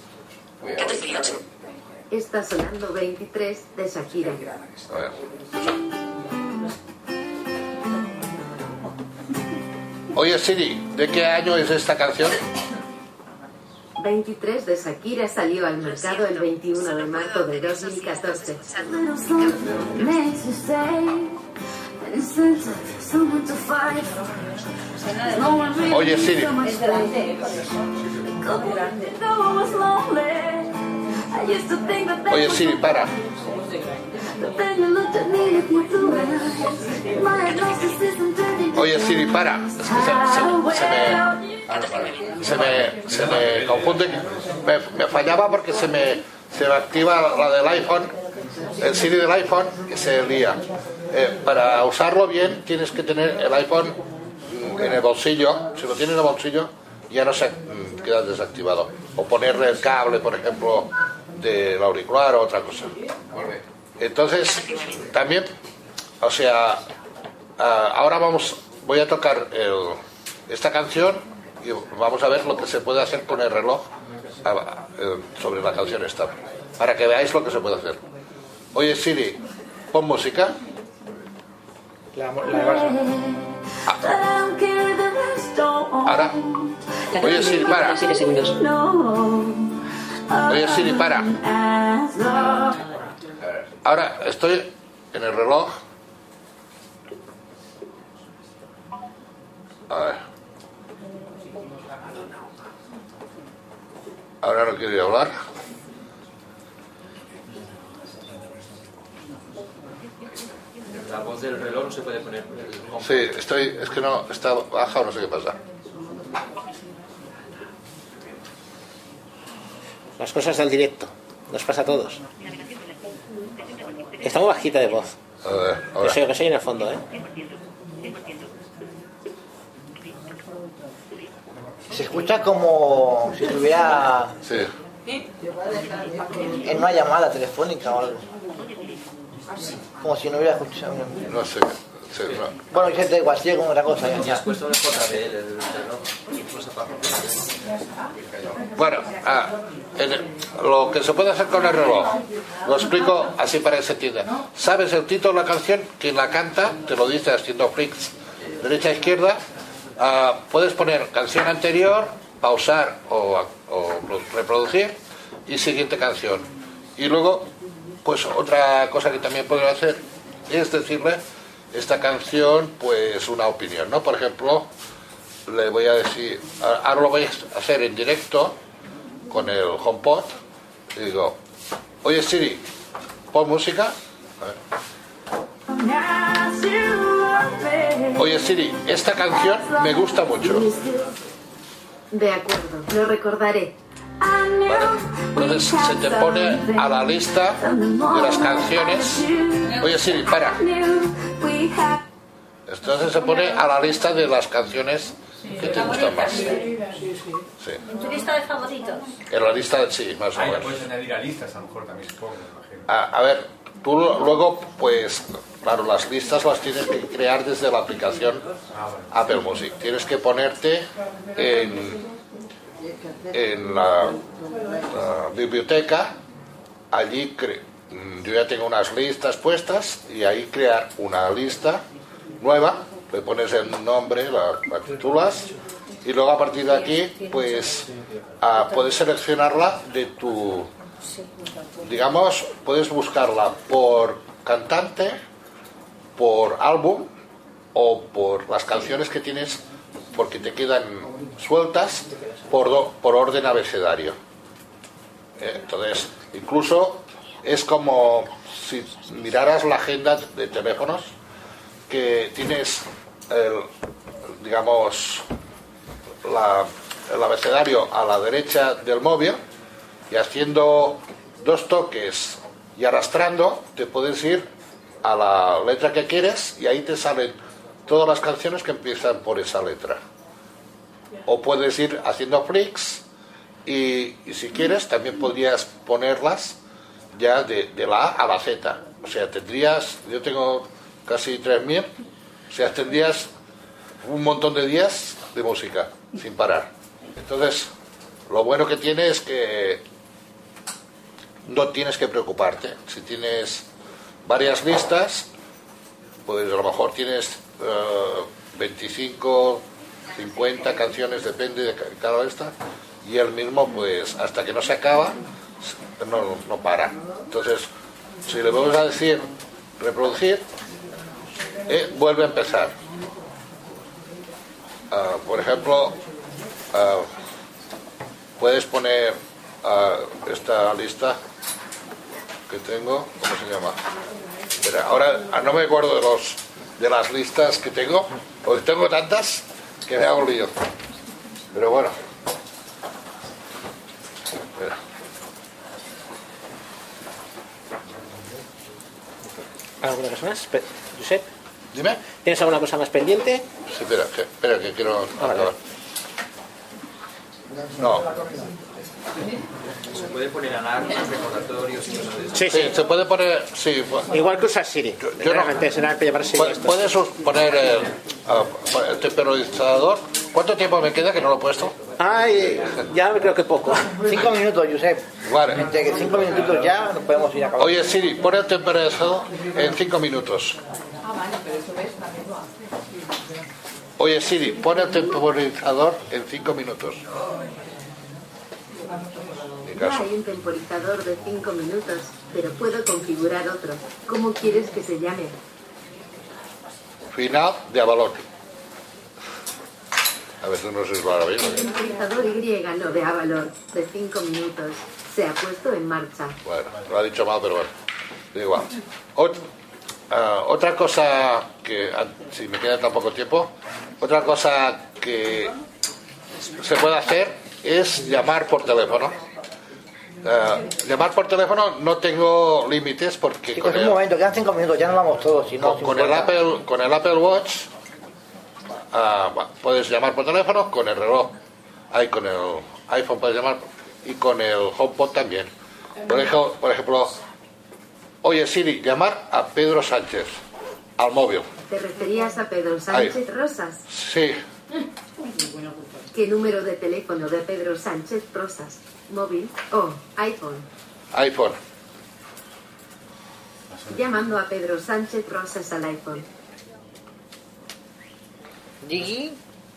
Está sonando veintitrés de Shakira. A ver. Oye Siri, ¿de qué año es esta canción? veintitrés de Shakira salió al mercado el veintiuno de marzo de dos mil catorce. Oye Siri. Es grande, por eso. Muy grande. Oye Siri, para. Oye Siri, para. Es que se, se, se me, se me, se me confunde. Me, me fallaba porque se me, se me activa la del iPhone, el Siri del iPhone, que se lía. Eh, para usarlo bien tienes que tener el iPhone en el bolsillo. Si lo tienes en el bolsillo ya no se queda desactivado. O ponerle el cable, por ejemplo, del auricular o otra cosa. Entonces, también, o sea, uh, ahora vamos, voy a tocar el, esta canción y vamos a ver lo que se puede hacer con el reloj uh, uh, sobre la canción esta, para que veáis lo que se puede hacer. Oye Siri, pon música. La, la de Barça. Ah. Ahora, oye Siri, para. siete segundos. Oye Siri, para. Ahora estoy en el reloj. A ver. Ahora no quiero hablar. La voz del reloj no se puede poner. Sí, estoy, es que no, está baja o no sé qué pasa. Las cosas del directo, nos pasa a todos. Está muy bajita de voz. A ver, ahora. Que soy, que soy en el fondo, ¿eh? Se escucha como si estuviera sí. en una llamada telefónica o algo. Como si no hubiera escuchado. No sé. Sí, no. Bueno, gente igual, sigue con otra cosa. Ya has puesto una J B L, el reloj. Bueno, ah, en el, lo que se puede hacer con el reloj, lo explico así para que se entienda. ¿Sabes el título de la canción? Quien la canta te lo dice haciendo flicks derecha a izquierda. Ah, puedes poner canción anterior, pausar o, o reproducir y siguiente canción. Y luego, pues otra cosa que también puedes hacer es decirle esta canción, pues una opinión, ¿no? Por ejemplo, le voy a decir, ahora lo voy a hacer en directo con el HomePod y digo, oye Siri, pon música. Oye Siri, esta canción me gusta mucho. De acuerdo, lo recordaré. ¿Vale? Entonces se te pone a la lista de las canciones. Oye Siri, para. Entonces se pone a la lista de las canciones que te gustan más. Sí. ¿En tu lista de favoritos? En la lista, sí, más o Ah, menos. ya puedes añadir a listas, a lo mejor también supongo, me imagino. A, a ver, tú luego, pues, claro, las listas las tienes que crear desde la aplicación Apple Music. Tienes que ponerte en, en la, la biblioteca, allí cre, yo ya tengo unas listas puestas y ahí crear una lista nueva, le pones el nombre, la, la titulas y luego a partir de aquí, pues, a, puedes seleccionarla de tu... Digamos, puedes buscarla por cantante, por álbum o por las canciones que tienes porque te quedan sueltas por, do, por orden abecedario. Eh, entonces, incluso es como si miraras la agenda de teléfonos que tienes, el, digamos, la, el abecedario a la derecha del móvil y haciendo dos toques y arrastrando te puedes ir a la letra que quieres y ahí te salen todas las canciones que empiezan por esa letra. O puedes ir haciendo flicks y, y si quieres también podrías ponerlas ya de, de la A a la Z. O sea, tendrías, yo tengo casi tres mil, o sea, tendrías un montón de días de música sin parar. Entonces, lo bueno que tiene es que no tienes que preocuparte. Si tienes varias listas, pues a lo mejor tienes uh, veinticinco, cincuenta canciones, depende de cada lista, y el mismo, pues hasta que no se acaba, no, no para. Entonces, si le vamos a decir reproducir, eh, vuelve a empezar. Uh, por ejemplo, uh, puedes poner uh, esta lista que tengo, ¿cómo se llama? Espera, ahora no me acuerdo de los de las listas que tengo, porque tengo tantas que me hago lío. Pero bueno. Espera. ¿Alguna cosa más? Pe- Josep, Dime. ¿tienes alguna cosa más pendiente? Sí, espera, que, espera, que quiero Ah, vale. acabar. No. Se puede poner alarmas, recordatorios y cosas de eso. Sí, sí, se puede poner, sí. Igual que usas Siri. Yo, yo no, realmente será que llevar Siri. pu- esto. puedes poner el, uh, el temporizador. ¿Cuánto tiempo me queda que no lo he puesto? Ay, ya creo que poco. Cinco minutos, Josep. Vale. Entre que cinco minutitos ya nos podemos ir a acabar. Oye Siri, pon el temporizador en cinco minutos. Ah, vale, pero eso ves, también lo hace. Oye Siri, pon el temporizador en cinco minutos. Ya hay un temporizador de cinco minutos, pero puedo configurar otro. ¿Cómo quieres que se llame? Final de Avalon. A veces no sé si lo hará bien. El temporizador Y, no de Avalon, de cinco minutos, se ha puesto en marcha. Bueno, lo ha dicho mal, pero bueno, da igual. Ot uh, otra cosa que, si me queda tan poco tiempo, otra cosa que se puede hacer es llamar por teléfono. Uh, llamar por teléfono no tengo límites porque Chicos, con un el, momento, quedan cinco minutos, ya nos vamos todos. Si no, con, con el Apple, con el Apple Watch uh, bueno, puedes llamar por teléfono, con el reloj, ahí con el iPhone puedes llamar y con el HomePod también. Por ejemplo, por ejemplo, oye Siri, llamar a Pedro Sánchez al móvil. ¿Te referías a Pedro Sánchez Ahí. Rosas? Sí. ¿Qué número de teléfono de Pedro Sánchez Rosas? ¿Móvil o iPhone? iPhone. Llamando a Pedro Sánchez Rosas al iPhone. Gigi.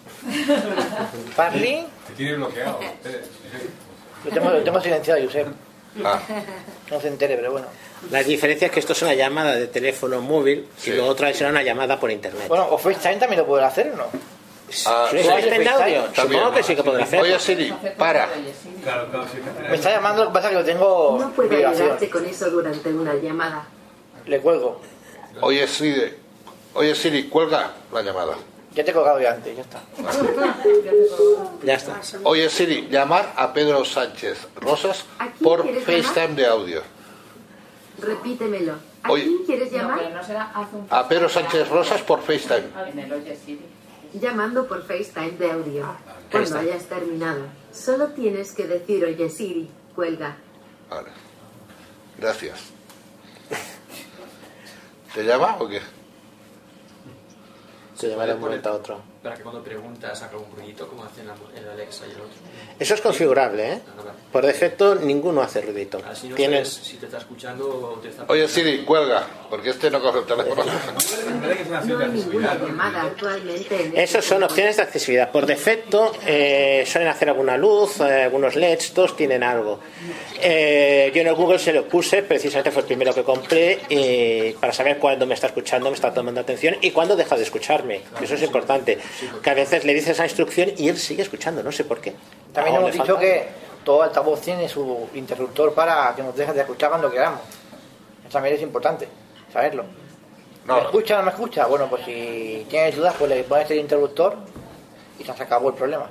Parli. Te tiene bloqueado. Lo tengo, lo tengo silenciado, Josep. Ah. No se entere, pero bueno. La diferencia es que esto es una llamada de teléfono móvil y lo otro será una llamada por internet. Bueno, o FaceTime también lo pueden hacer, ¿no? Ah, ¿Sí? ¿FaceTime de audio? Supongo que sí que podrá hacer. Oye Siri, para. Me está llamando, lo que pasa es que lo tengo. No puedo vibración. ayudarte con eso durante una llamada. Le cuelgo. Oye Siri, oye Siri, cuelga la llamada. Ya te he colgado ya antes, ya está. Ya está. Oye Siri, llamar a Pedro Sánchez Rosas por quieres FaceTime llamar? de audio. Repítemelo. ¿A Oye. quién quieres No, llamar? pero no será haz un A Pedro Sánchez Rosas por FaceTime. en el Oye Siri. Llamando por FaceTime de audio. Cuando está. hayas terminado, solo tienes que decir oye Siri, cuelga. Vale. Gracias. ¿Te llama o qué? Se llama de un momento a otro. Para que cuando preguntas haga un ruidito como hacen el Alexa y el otro. Eso es configurable, ¿eh? Por defecto ninguno hace ruidito. Así no Tienes... sabes si te está escuchando o te está... Oye Siri, cuelga, porque este no coge el teléfono. No hay ninguna llamada actualmente en Esos son opciones de accesibilidad. Por defecto eh, suelen hacer alguna luz, eh, algunos L E Ds, todos tienen algo. Eh, yo en el Google se lo puse, precisamente fue el primero que compré, eh, para saber cuándo me está escuchando, me está tomando atención y cuándo deja de escucharme. Eso es importante. Que a veces le dices esa instrucción y él sigue escuchando, no sé por qué. También Aún hemos le dicho falta. que todo altavoz tiene su interruptor para que nos dejen de escuchar cuando queramos. Eso también es importante, saberlo. No. ¿Me escucha o no me escucha? Bueno, pues si tienes dudas, pues le pones el interruptor y se acabó el problema.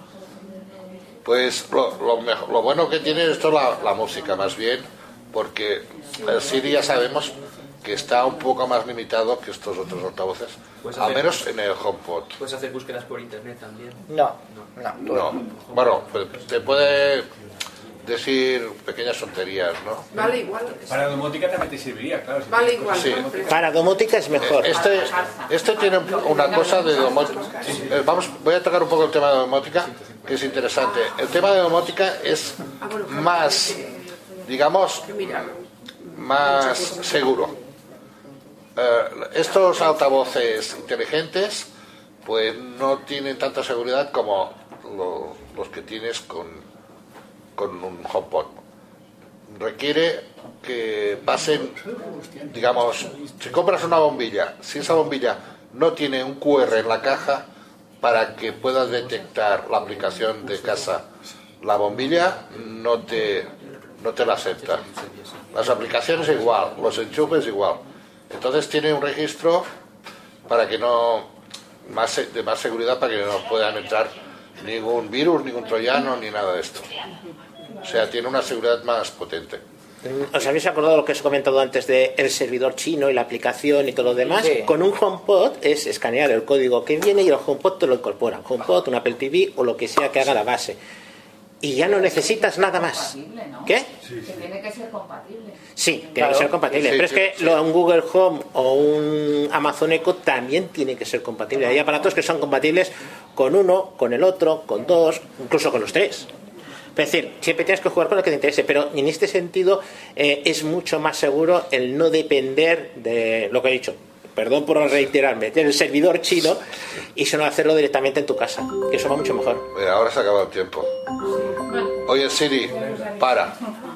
Pues lo, lo, mejor, lo bueno que tiene esto es la, la música, más bien, porque el Siri ya sabemos que está un poco más limitado que estos otros altavoces, Puedes al hacer- menos en el HomePod. Puedes hacer búsquedas por internet también. No, no. No, bueno, pues te puede decir pequeñas tonterías, ¿no? Vale igual. Para domótica también te serviría, claro. si Vale tienes igual. Sí. ¿no? Para domótica es mejor. Este, este tiene una cosa de domótica. Eh, Vamos, voy a tocar un poco el tema de domótica, que es interesante. El tema de domótica es más, digamos, más seguro. Eh, estos altavoces inteligentes, pues no tienen tanta seguridad como lo- los que tienes con, con un HomePod. Requiere que pasen, digamos, si compras una bombilla, si esa bombilla no tiene un Q R en la caja para que puedas detectar la aplicación de casa, la bombilla no te, no te la acepta. Las aplicaciones igual, los enchufes igual. Entonces tiene un registro para que no, más se- de más seguridad, para que no puedan entrar ningún virus, ningún troyano, ni nada de esto. O sea, tiene una seguridad más potente. ¿Os habéis acordado de lo que os he comentado antes de el servidor chino y la aplicación y todo lo demás? Sí. Con un HomePod es escanear el código que viene y el HomePod te lo incorpora. HomePod, un Apple T V o lo que sea que haga la base. Y ya no necesitas nada más. Compatible, ¿no? ¿Qué? Que tiene que ser compatible. Sí, tiene Claro. que ser compatible. Sí, pero es sí, que sí. lo, un Google Home o un Amazon Echo también tiene que ser compatible. Hay aparatos que son compatibles con uno, con el otro, con dos, incluso con los tres. Es decir, siempre tienes que jugar con lo que te interese, pero en este sentido eh, es mucho más seguro el no depender de lo que he dicho. perdón por reiterarme, del servidor chino y sino hacerlo directamente en tu casa, que eso va mucho mejor. Mira, ahora se ha acabado el tiempo. Oye, Siri, para.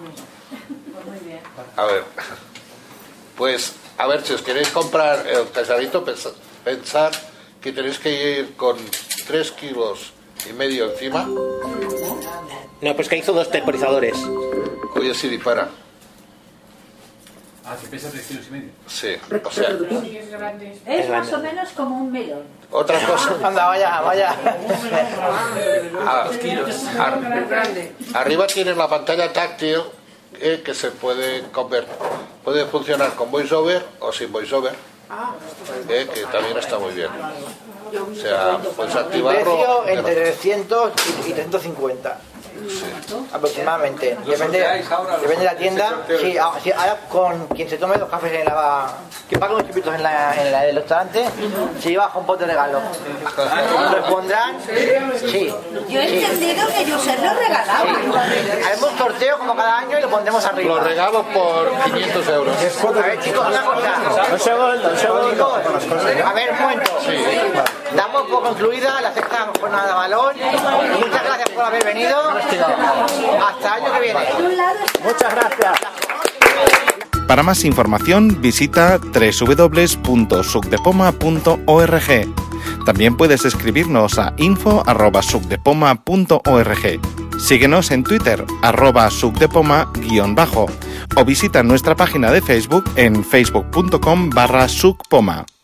A ver, pues, a ver, si os queréis comprar el casadito, pensad que tenéis que ir con tres kilos y medio encima. No, pues que hizo dos temporizadores. Oye, Siri, para. Ah, que pesa tres kilos y medio. Sí, o sea... Es más o menos como un melón. Otra cosa... Anda, vaya, vaya. Ah, arriba tienes la pantalla táctil eh, que se puede convertir. Puede funcionar con VoiceOver o sin VoiceOver. Eh, que también está muy bien. O sea, puedes activarlo. Precio entre trescientos y trescientos cincuenta. Sí. Aproximadamente. Depende, depende de la tienda. Sí, ahora con quien se tome los cafés en la. Que pague unos chupitos en, la, en la, el restaurante, se lleva un pote de regalo. Respondrán. Sí. Yo he entendido que yo se lo regalaba. Sí. Haremos un sorteo como cada año y lo pondremos arriba. Los regalos por quinientos euros. A ver, chicos, una cosa. Un segundo, un segundo. A ver, un momento. Sí. Damos por concluida la sexta jornada de balón. Muchas gracias por haber venido. Hasta el año que viene. Muchas gracias. Para más información visita doble u doble u doble u punto sucdepoma punto org. También puedes escribirnos a info arroba sucdepoma punto org. Síguenos en Twitter arroba sucdepoma guión bajo o visita nuestra página de Facebook en facebook punto com barra sucpoma.